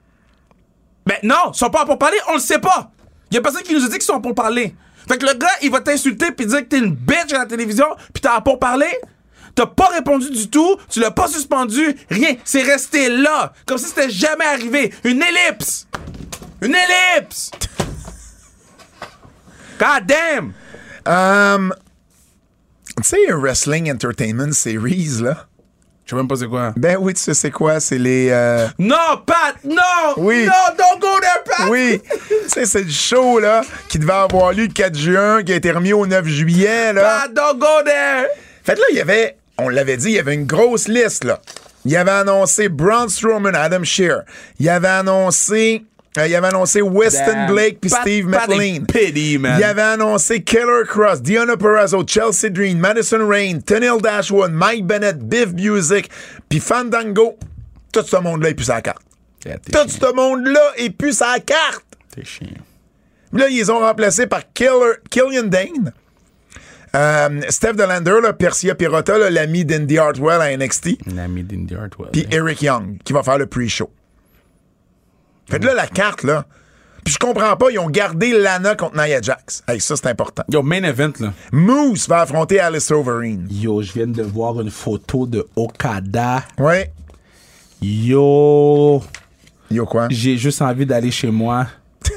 Ben non, ils sont pas pour parler, on le sait pas. Il y a personne qui nous a dit qu'ils sont pour parler. Fait que le gars, il va t'insulter puis dire que t'es une bitch à la télévision puis t'as pour parler. T'as pas répondu du tout, tu l'as pas suspendu, rien. C'est resté là, comme si c'était jamais arrivé. Une ellipse. Une ellipse. God damn. Um, tu sais, Wrestling Entertainment Series, là. Je sais même pas c'est quoi. Ben oui, tu sais c'est quoi? C'est les... euh, Non, Pat, non! Oui. Non, don't go there, Pat! Oui, tu sais, c'est le show, là, qui devait avoir lieu le quatre juin, qui a été remis au neuf juillet, là. Pat, don't go there! Fait que là, il y avait, on l'avait dit, il y avait une grosse liste, là. Il avait annoncé Braun Strowman, Adam Shearer. Il avait annoncé... euh, il avait annoncé Weston Damn. Blake puis Pat- Steve Pat McLean. est pity, man. Il avait annoncé Killer Cross, Deonna Purrazzo, Chelsea Green, Madison Rain, Tenille Dashwood, Mike Bennett, Biff Busick, puis Fandango. Tout ce monde-là est plus à la carte. Yeah, t'es Tout chiant. ce monde-là est plus sa carte. T'es chiant. Là, ils les ont remplacés par Killer, Killian Dane, euh, Steph Delander, là, Persia Pirota, là, l'ami d'Indy Hartwell à N X T, Un ami d'Indy Hartwell. puis Eric Young, qui va faire le pre-show. Fait que là, la carte, là, puis je comprends pas, ils ont gardé Lana contre Nia Jax. Hey, ça, c'est important. Yo, main event, là. Moose va affronter Alice Overeem. Yo, je viens de voir une photo de Okada. Ouais. Yo, Yo, quoi? j'ai juste envie d'aller chez moi.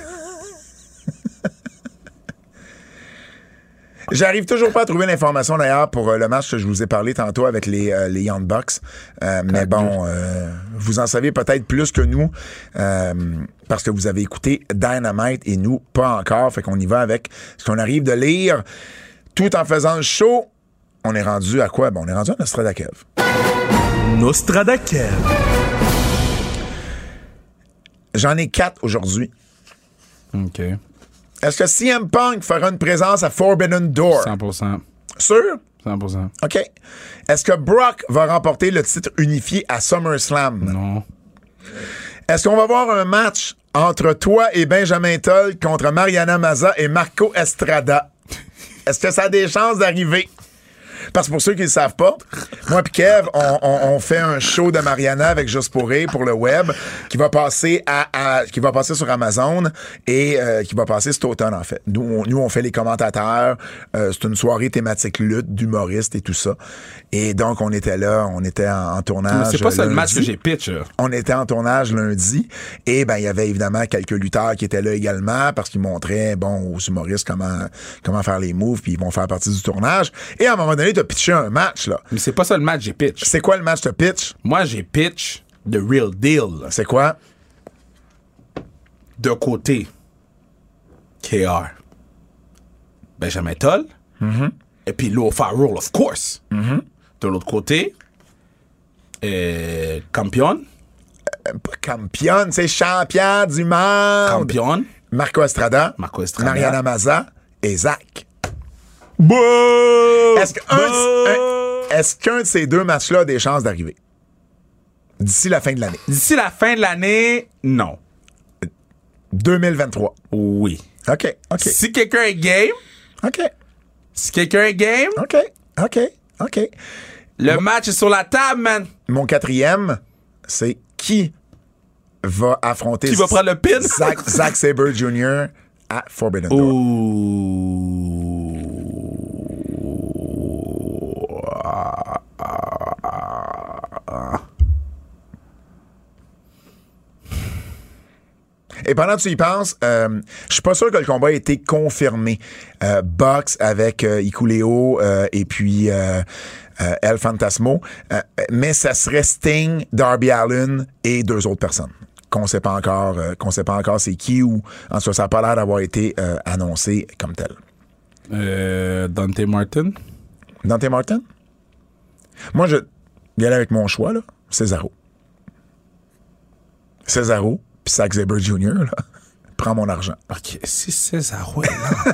J'arrive toujours pas à trouver l'information d'ailleurs pour euh, le match que je vous ai parlé tantôt avec les, euh, les Young Bucks. Euh, mais bon, euh, vous en savez peut-être plus que nous euh, parce que vous avez écouté Dynamite et nous, pas encore. Fait qu'on y va avec ce qu'on arrive de lire tout en faisant le show. On est rendu à quoi? Bon, on est rendu à Nostradakev. Nostradakev. J'en ai quatre aujourd'hui. OK. Est-ce que C M Punk fera une présence à Forbidden Door? cent pour cent. Sûr? cent pour cent. OK. Est-ce que Brock va remporter le titre unifié à SummerSlam? Non. Est-ce qu'on va voir un match entre toi et Benjamin Toll contre Mariana Maza et Marco Estrada? Est-ce que ça a des chances d'arriver? Parce que pour ceux qui ne le savent pas, moi et Kev, on, on, on fait un show de Mariana avec Juste pour rire pour le web qui va passer à, à qui va passer sur Amazon et euh, qui va passer cet automne, en fait. Nous, on, nous, on fait les commentateurs. Euh, c'est une soirée thématique lutte, d'humoristes et tout ça. Et donc, on était là, on était en, en tournage. Mais c'est pas ça le lundi. match que j'ai pitch, là. On était en tournage lundi et ben il y avait évidemment quelques lutteurs qui étaient là également parce qu'ils montraient bon aux humoristes comment comment faire les moves puis ils vont faire partie du tournage. Et à un moment donné, t'as pitché un match là. Mais c'est pas ça le match que j'ai pitch. C'est quoi le match de pitch? Moi, j'ai pitch The Real Deal. C'est quoi? De côté, K R. Benjamin Toll. Mm-hmm. Et puis Low Farrell, of course. Mm-hmm. De l'autre côté, euh, Campion. Pas championne, c'est champion du monde. Campion. Marco Estrada. Marco Estrada. Mariana Maza et Zach. Bouh! Est-ce qu'un un, est-ce qu'un de ces deux matchs-là a des chances d'arriver? D'ici la fin de l'année. D'ici la fin de l'année, non. deux mille vingt-trois. Oui. OK, OK. Si quelqu'un est game, OK, si quelqu'un est game, OK, OK, OK. le match est sur la table, man. Mon quatrième, c'est qui va affronter Qui va prendre le pin? Zack, Zack Sabre junior à Forbidden Door. Ouh. Et pendant que tu y penses, euh, je suis pas sûr que le combat ait été confirmé. Euh, Box avec euh, Ikuleo euh, et puis euh, euh, El Fantasmo, euh, mais ça serait Sting, Darby Allin et deux autres personnes qu'on sait pas encore, euh, qu'on sait pas encore c'est qui ou en tout cas ça a pas l'air d'avoir été euh, annoncé comme tel. Euh, Dante Martin. Dante Martin? Moi, je vais aller avec mon choix, là. Cesaro. Cesaro, puis Zack Sabre junior, là. Prends mon argent. Ok, si Cesaro est là.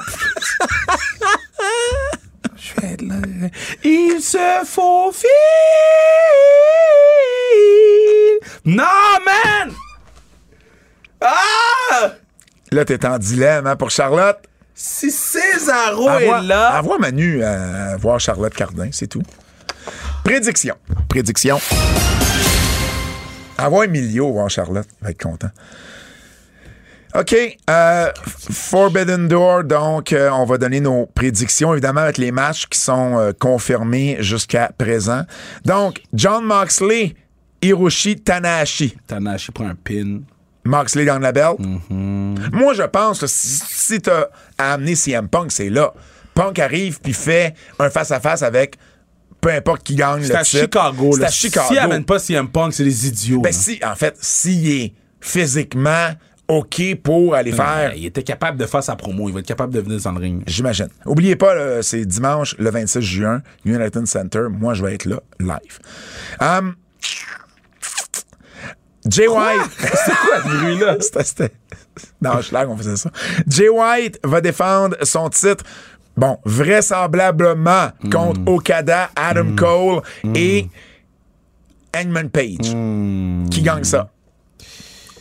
Je vais être là. Il se faufile. Non, man! Ah! Là, t'es en dilemme, hein, pour Charlotte. Si Cesaro Envoie, est là. envoie Manu à voir Charlotte Cardin, c'est tout. Prédiction. Prédiction. Envoie Emilio voir Charlotte. Il va être content. OK. Euh, Forbidden Door, donc, euh, on va donner nos prédictions, évidemment, avec les matchs qui sont euh, confirmés jusqu'à présent. Donc, John Moxley, Hiroshi Tanahashi. Tanahashi prend un pin. Moxley gagne la belt. Mm-hmm. Moi, je pense que si, si t'as amené C M Punk, c'est là. Punk arrive puis fait un face-à-face avec peu importe qui gagne le C'est à titre. Chicago. C'est là. à Chicago. S'il amène pas C M Punk, c'est des idiots. Ben là. si, en fait, s'il est physiquement OK pour aller faire... Ouais, il était capable de faire sa promo. Il va être capable de venir dans le ring. J'imagine. Oubliez pas, là, c'est dimanche, le vingt-six juin, United Center. Moi, je vais être là, live. Um, Jay White... C'est quoi ce bruit-là? C'était, c'était... Non, je suis là qu'on faisait ça. Jay White va défendre son titre, bon, vraisemblablement mm. contre Okada, Adam mm. Cole mm. et Hangman Page. Mm. Qui gagne ça?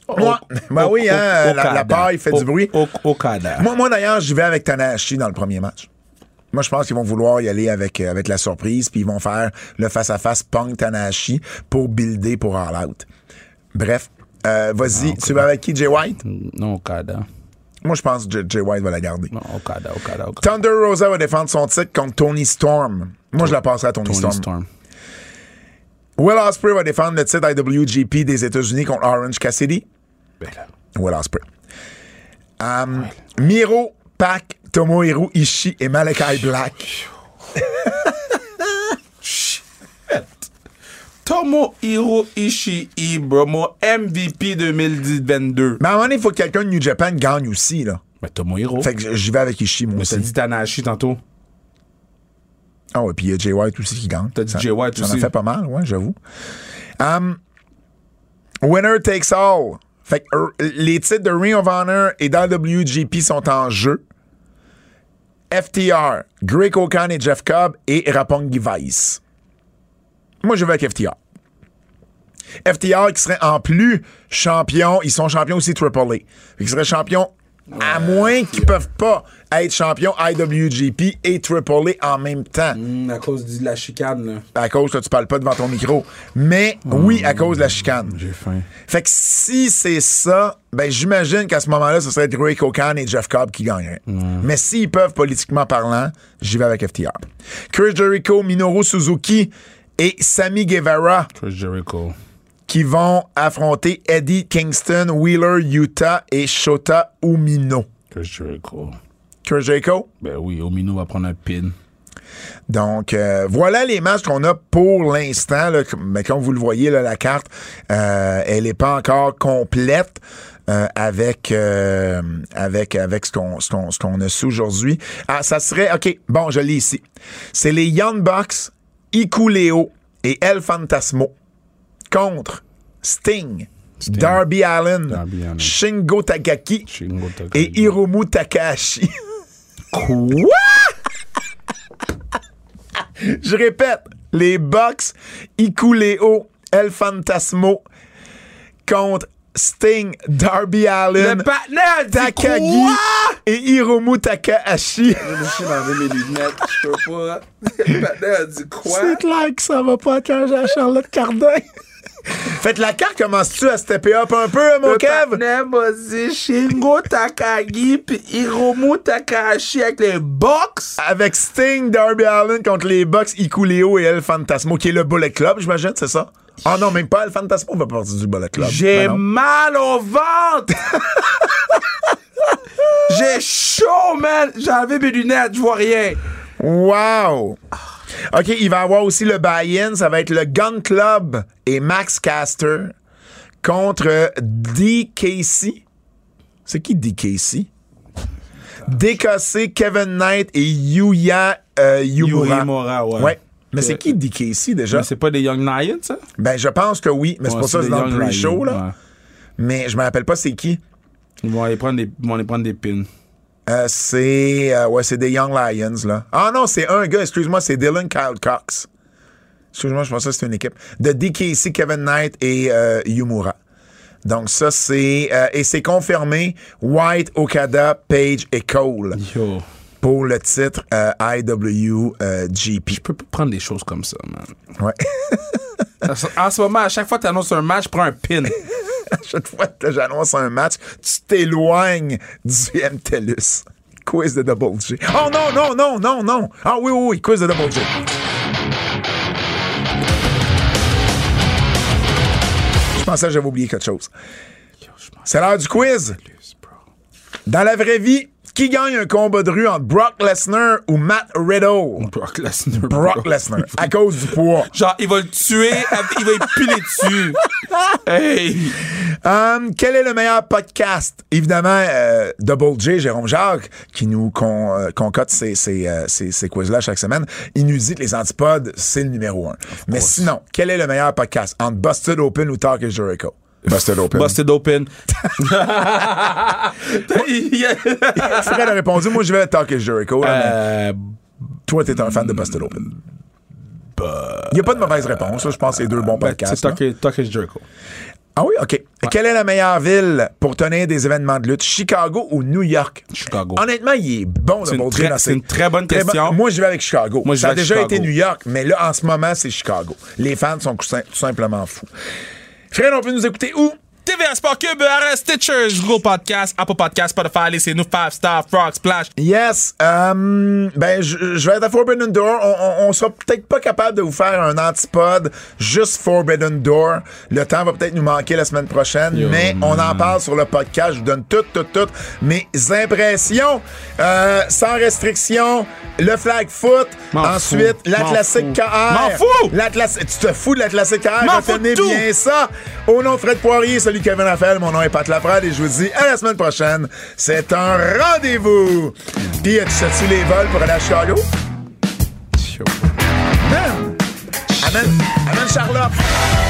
Moi, ben oui, hein, la, la paille fait au, du bruit. Au, au Okada. Moi, moi d'ailleurs, j'y vais avec Tanahashi dans le premier match. Moi, je pense qu'ils vont vouloir y aller avec, euh, avec la surprise, puis ils vont faire le face-à-face Punk-Tanahashi pour builder pour All Out. Bref, euh, vas-y, non, tu vas avec qui, Jay White? Non, Okada. Moi, je pense que Jay White va la garder. Non, Okada, Okada, Okada. Thunder Rosa va défendre son titre contre Tony Storm. Moi, je la passerai à Tony, Tony Storm. Storm. Will Ospreay va défendre le titre I W G P des États-Unis contre Orange Cassidy. Ben là. Will Ospreay. Um, ouais. Miro, Pac, Tomohiro Ishii et Malakai Black. Tomohiro Ishii, bro, mon M V P deux mille vingt-deux. Mais à un moment donné, il faut que quelqu'un de New Japan gagne aussi, là. Ben, Tomohiro. Fait que j'y vais avec Ishii, moi. Mais t'as dit Tanahashi tantôt. Ah ouais, puis il y a Jay White aussi qui gagne. T'as dit Jay White ça aussi. Ça en fait pas mal, ouais, j'avoue. Um, winner takes all. Fait que euh, les titres de Ring of Honor et W G P sont en jeu. F T R, Greg O'Khan et Jeff Cobb et Roppongi Vice. Moi, je vais avec F T R. F T R qui serait en plus champion. Ils sont champions aussi Triple A. Ils seraient champions à moins qu'ils ne peuvent pas être champions I W G P et Triple A en même temps. Mmh, à cause de la chicane, là. À cause que tu parles pas devant ton micro. Mais mmh, oui, à cause de la chicane. J'ai faim. Fait que si c'est ça, ben j'imagine qu'à ce moment-là, ce serait Greg O'Khan et Jeff Cobb qui gagneraient. Mmh. Mais s'ils peuvent, politiquement parlant, j'y vais avec F T R. Chris Jericho, Minoru Suzuki et Sammy Guevara. Chris Jericho. Qui vont affronter Eddie Kingston, Wheeler Yuta et Shota Umino. Chris Jericho. Chris Jericho? Ben oui, Umino va prendre un pin. Donc, euh, voilà les matchs qu'on a pour l'instant. Là. Mais comme vous le voyez, là, la carte, euh, elle n'est pas encore complète euh, avec, euh, avec, avec ce qu'on, ce qu'on, ce qu'on a su aujourd'hui. Ah, ça serait... OK, bon, je l'ai ici. C'est les Young Bucks, Hikuleo et El Fantasmo contre Sting, Sting. Darby Allin, Darby Allin. Shingo Takagi Shingo Takagi. Et Hiromu Takahashi. Quoi? Je répète, les Bucks, Hikuleo, El Fantasmo contre Sting, Darby Allin, Takagi et Hiromu Takahashi. Je vais enlever mes lunettes, je peux pas. Le partenaire a dit quoi? C'est clair que ça va pas changer à Charlotte Cardin. Fait la carte, commences-tu à stepper up un peu, mon le Kev? Le partenaire m'a dit Shingo Takagi puis Hiromu Takahashi avec les Bucks. Avec Sting, Darby Allin contre les Bucks, Hikuleo et El Fantasmo, qui est le Bullet Club, j'imagine, c'est ça? Ah non, même pas El Fantasmo va partir du Bullet Club. J'ai mal au ventre! J'ai chaud, man! J'ai enlevé mes lunettes, je vois rien. Wow! OK, il va y avoir aussi le buy-in. Ça va être le Gun Club et Max Caster contre D K C. C'est qui D K C? D K C, Kevin Knight et Yuya euh, Uemura. Uemura, ouais. Ouais. Mais c'est qui D K C déjà? Mais c'est pas des Young Lions, ça? Ben, je pense que oui, mais ouais, c'est pour ça que c'est dans le pre-show, là. Ouais. Mais je me rappelle pas c'est qui. Ils vont aller prendre des, ils vont aller prendre des pins. Euh, c'est euh, ouais, c'est des Young Lions, là. Ah non, c'est un gars, excuse-moi, c'est Dylan Kyle Cox. Excuse-moi, je pensais que c'était une équipe. De D K C, Kevin Knight et euh, Uemura. Donc ça, c'est... Euh, et c'est confirmé, White, Okada, Page et Cole. Yo. Pour le titre euh, I W G P. Je peux pas prendre des choses comme ça, man. Ouais. En ce moment, à chaque fois que tu annonces un match, prends un pin. À chaque fois que j'annonce un match, tu t'éloignes du M T L U S. Quiz de Double J. Oh non, non, non, non, non. Ah oui, oui, oui, quiz de Double J. Je pensais que j'avais oublié quelque chose. C'est l'heure du quiz. Dans la vraie vie, qui gagne un combat de rue entre Brock Lesnar ou Matt Riddle? Brock Lesnar. Brock Lesnar. À cause du poids. Genre, il va le tuer, il va y piler dessus. Hey! Um, quel est le meilleur podcast? Évidemment, euh, Double J, Jérôme Jacques, qui nous con, euh, concocte ces, ces, euh, ces, ces quiz-là chaque semaine, il nous dit que les antipodes, c'est le numéro un. Mais sinon, quel est le meilleur podcast entre Busted Open ou Talk is Jericho? Busted Open. Busted Open. Fred a répondu, moi je vais Talk is Jericho. Là, euh, toi, t'es un fan de Busted Open. Il n'y a pas de mauvaise réponse. Là. Je pense que c'est deux bons podcasts. C'est Talk, Talk is Jericho. Ah oui, OK. Ouais. Quelle est la meilleure ville pour tenir des événements de lutte? Chicago ou New York? Chicago. Honnêtement, il est bon, le Baudry. C'est une très bonne très question. Bon. Moi, je vais avec Chicago. Moi, je Ça vais a déjà Chicago. été New York, mais là, en ce moment, c'est Chicago. Les fans sont tout simplement fous. Fred, on peut nous écouter où? T V A Sport Cube, R S, Stitchers, Google Podcast, Apple Podcast, Spotify, laissez-nous five star, Frog Splash. Yes. Um, ben, je, je vais être à Forbidden Door. On, on, on sera peut-être pas capable de vous faire un antipode juste Forbidden Door. Le temps va peut-être nous manquer la semaine prochaine, Yo, mais man. on en parle sur le podcast. Je vous donne toutes, toutes, toutes mes impressions. Euh, sans restriction. Le flag foot. M'en Ensuite, fou. la M'en classique fou. K R. M'en fous! La classe... Tu te fous de la classique K R? M'en fous de tout! bien ça. Au nom de Fred Poirier, celui Kevin Raphaël, mon nom est Pat Laprade et je vous dis à la semaine prochaine. C'est un rendez-vous. Puis, tu sais-tu les vols pour aller à Chicago? Chaud. Amène, amène, amène Charlotte.